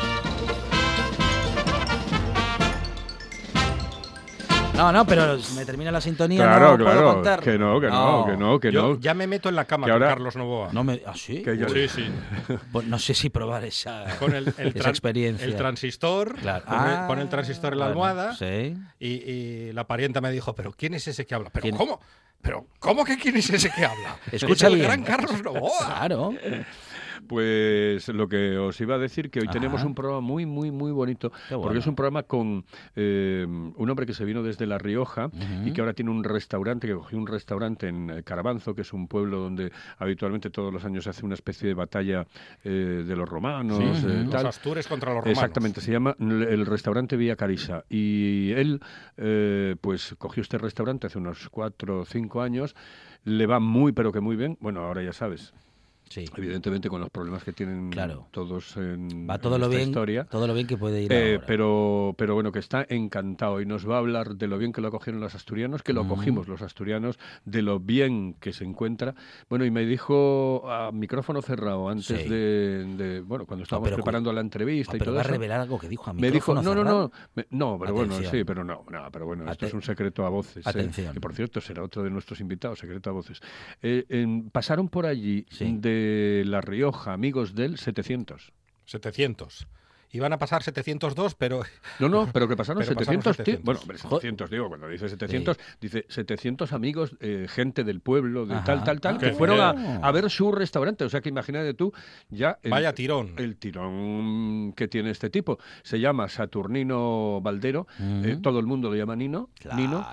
No, no, pero me termina la sintonía, Claro, no puedo claro. contar. Que no, que no, que no, que Yo no. ya me meto en la cama Que con ahora- Carlos Novoa. No me... ¿Ah, sí? Que yo- Sí, sí. Pues no sé si probar esa, Con el, el esa tran- experiencia. el transistor, Claro. pone, Ah, pone el transistor en la bueno, almohada Sí. y, y la parienta me dijo, ¿pero quién es ese que habla? ¿Pero ¿Quién? cómo? ¿Pero cómo que quién es ese que habla? Escucha es el bien. gran Carlos Novoa. Claro. Pues lo que os iba a decir, que hoy Ajá. tenemos un programa muy, muy, muy bonito, Qué bueno. porque es un programa con eh, un hombre que se vino desde La Rioja Ujú. y que ahora tiene un restaurante, que cogió un restaurante en eh, Carabanzo, que es un pueblo donde habitualmente todos los años se hace una especie de batalla eh, de los romanos, Sí, eh, los tal. astures contra los romanos. Exactamente, se llama el restaurante Vía Carisa. Y él, eh, pues, cogió este restaurante hace unos cuatro o cinco años. Le va muy, pero que muy bien. Bueno, ahora ya sabes. Sí. Evidentemente con los problemas que tienen Claro. todos en, Va todo en lo esta bien, historia. todo lo bien que puede ir Eh, ahora. pero, pero bueno, que está encantado y nos va a hablar de lo bien que lo acogieron los asturianos, que lo Mm. acogimos los asturianos, de lo bien que se encuentra. Bueno, y me dijo a micrófono cerrado antes Sí. de, de- bueno, cuando estábamos pero cu- preparando la entrevista Ah, y pero todo va a eso. revelar algo que dijo a Me dijo, micrófono no, no, cerrado. no, me- no, pero bueno, Atención. sí, pero no, no, pero bueno, esto Ate- es un secreto a voces. ¿eh? Atención. Que por cierto será otro de nuestros invitados, secreto a voces. Eh, en- pasaron por allí Sí. de La Rioja, amigos del setecientos. setecientos. Iban a pasar setecientos dos, pero... No, no, pero que pasaron pero setecientos, pasaron tío. setecientos. Bueno, hombre, setecientos, digo, cuando dice setecientos, sí. dice setecientos amigos, eh, gente del pueblo, de Ajá. tal, tal, tal, ah, que fueron a, a ver su restaurante. O sea, que imagínate tú ya... El, Vaya tirón. El tirón que tiene este tipo. Se llama Saturnino Baldero, uh-huh. eh, todo el mundo lo llama Nino, claro. Nino,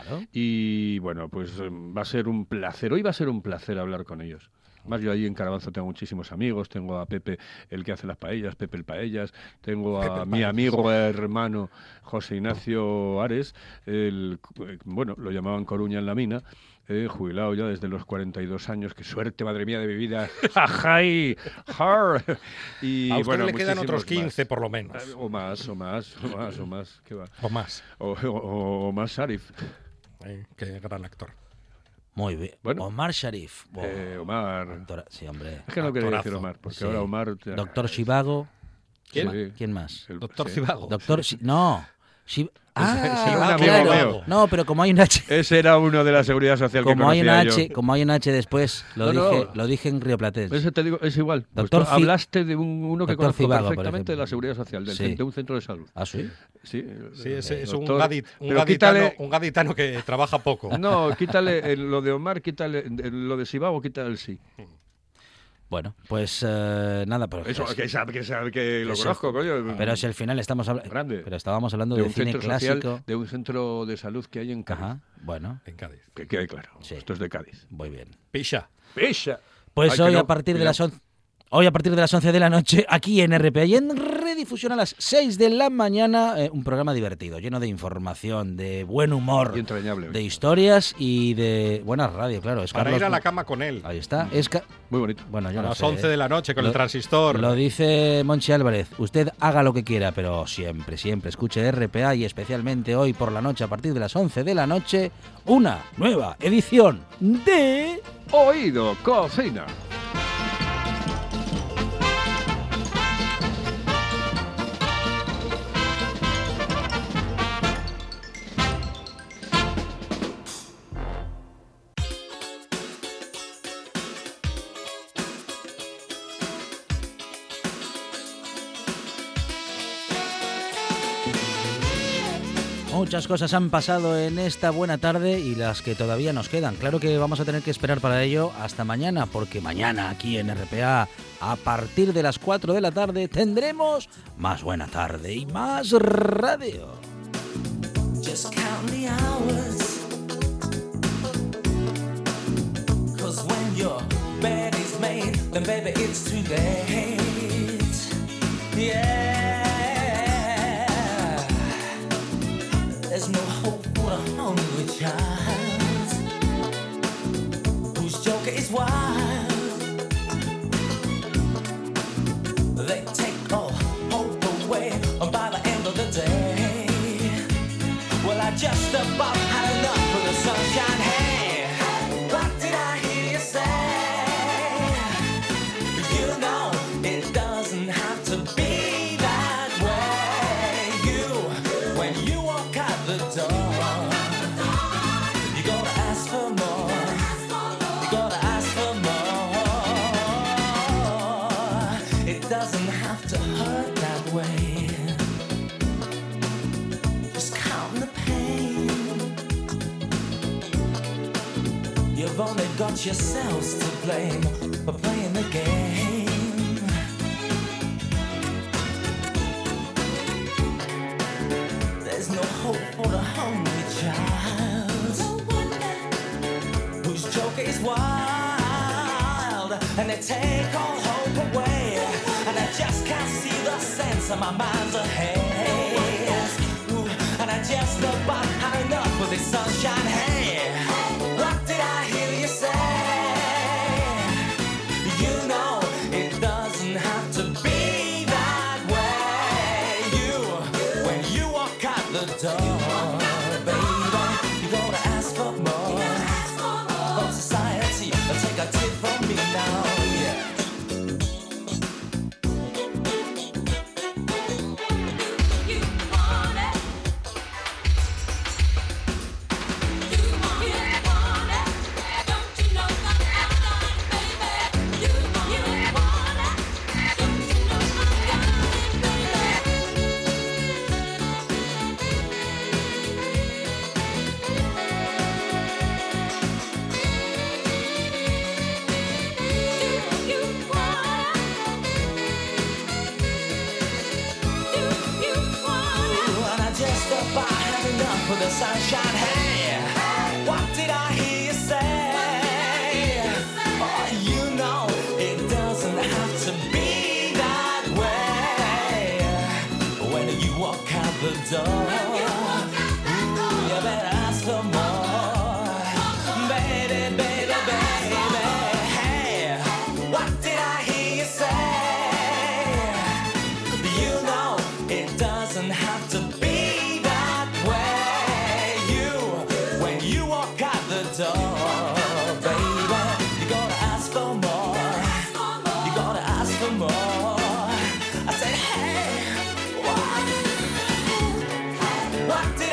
y bueno, pues eh, va a ser un placer, hoy va a ser un placer hablar con ellos. Más yo ahí en Carabanzo tengo muchísimos amigos, tengo a Pepe, el que hace las paellas, Pepe el Paellas, tengo a Pepe mi Paellas. amigo hermano José Ignacio Ares, el, bueno, lo llamaban Coruña en la mina, eh, jubilado ya desde los cuarenta y dos años, qué suerte, madre mía, de mi vida, ¡ajay! ¡Har! Y, a usted bueno, le quedan otros quince más. Por lo menos. O más, o más, o más, o más, ¿qué va? O más. O, o, o más Sharif. Ay, qué gran actor. Muy bien. Bueno, Omar Sharif. Oh. Eh, Omar. Doctora, sí, hombre. Es que no quería decir Omar, porque sí. ahora Omar... Te... Doctor Chivago. ¿Quién? Sí. ¿Quién más? El Doctor Chivago. Doctor... Sí. No. Shib... Ah, sí, un claro. Mío. No, pero como hay un H... Ese era uno de la Seguridad Social como que hay un H, yo. Como hay un H después, lo, no, dije, no. lo dije en Río Platense. Ese te digo, es igual. Doctor pues hablaste de un, uno que conozco Cibago, perfectamente de la Seguridad Social, del, sí. de un centro de salud. ¿Ah, sí? Sí, sí ese, es doctor, un, gadit, un, pero gaditano, quítale, un gaditano que trabaja poco. No, quítale el, lo de Omar, quítale el, lo de Cibago, quítale el sí. Bueno, pues uh, nada, pero eso es, que sabe que sabe que lo conozco, coño. Pero si al final estamos hablando, pero estábamos hablando de, de un cine centro clásico, social, de un centro de salud que hay en Cádiz. Ajá, bueno, en Cádiz. Que quede claro. Sí. Esto es de Cádiz. Muy bien. Picha. Picha. Pues Ay, hoy no, a partir cuidado. de las once Hoy a partir de las once de la noche, aquí en R P A y en redifusión a las seis de la mañana, eh, un programa divertido, lleno de información, de buen humor, y entrañable, de historias y de buena radio, claro. Es Para Carlos... ir a la cama con él. Ahí está. Es ca... Muy bonito. Bueno, yo a no las sé, once eh. de la noche con lo, el transistor. Lo dice Monchi Álvarez. Usted haga lo que quiera, pero siempre, siempre escuche R P A y especialmente hoy por la noche, a partir de las once de la noche, una nueva edición de... Oído Cocina. Muchas cosas han pasado en esta buena tarde y las que todavía nos quedan. Claro que vamos a tener que esperar para ello hasta mañana, porque mañana aquí en R P A, a partir de las cuatro de la tarde, tendremos más buena tarde y más radio. Just count the hours, 'cause when your bed is made, then baby it's too late. Yeah. There's no hope for a hungry child whose joker is wild. They take all hope away by the end of the day. Well, I just about had enough of the sunshine. Hey, what did I hear you say? You know it doesn't have to be that way. You, when you walk out the door, you gotta ask for more. You gotta ask for more. It doesn't have to hurt that way. Just count the pain. You've only got yourselves to blame for playing the game. There's no hope for the hungry child whose joke is wild, and they take all hope away, and I just can't see the sense of my mind's ahead. Ooh, and I just about had enough of this sunshine. Hey, what did I hear you say? You know it doesn't have to be that way. You, when you walk out the door, baby, you gotta ask for more. From society, take a tip from me now, yeah. You want it. You the sunshine. Hey, what did I hear you say? Oh, you know it doesn't have to be that way. When you walk out the door, ooh, you better ask for more. Baby, baby, baby. Hey, what did I hear you say? You know it doesn't have to be that way. You, when you walk out the door, baby, you gotta ask for more. You gotta ask for more. I said, hey, what? What did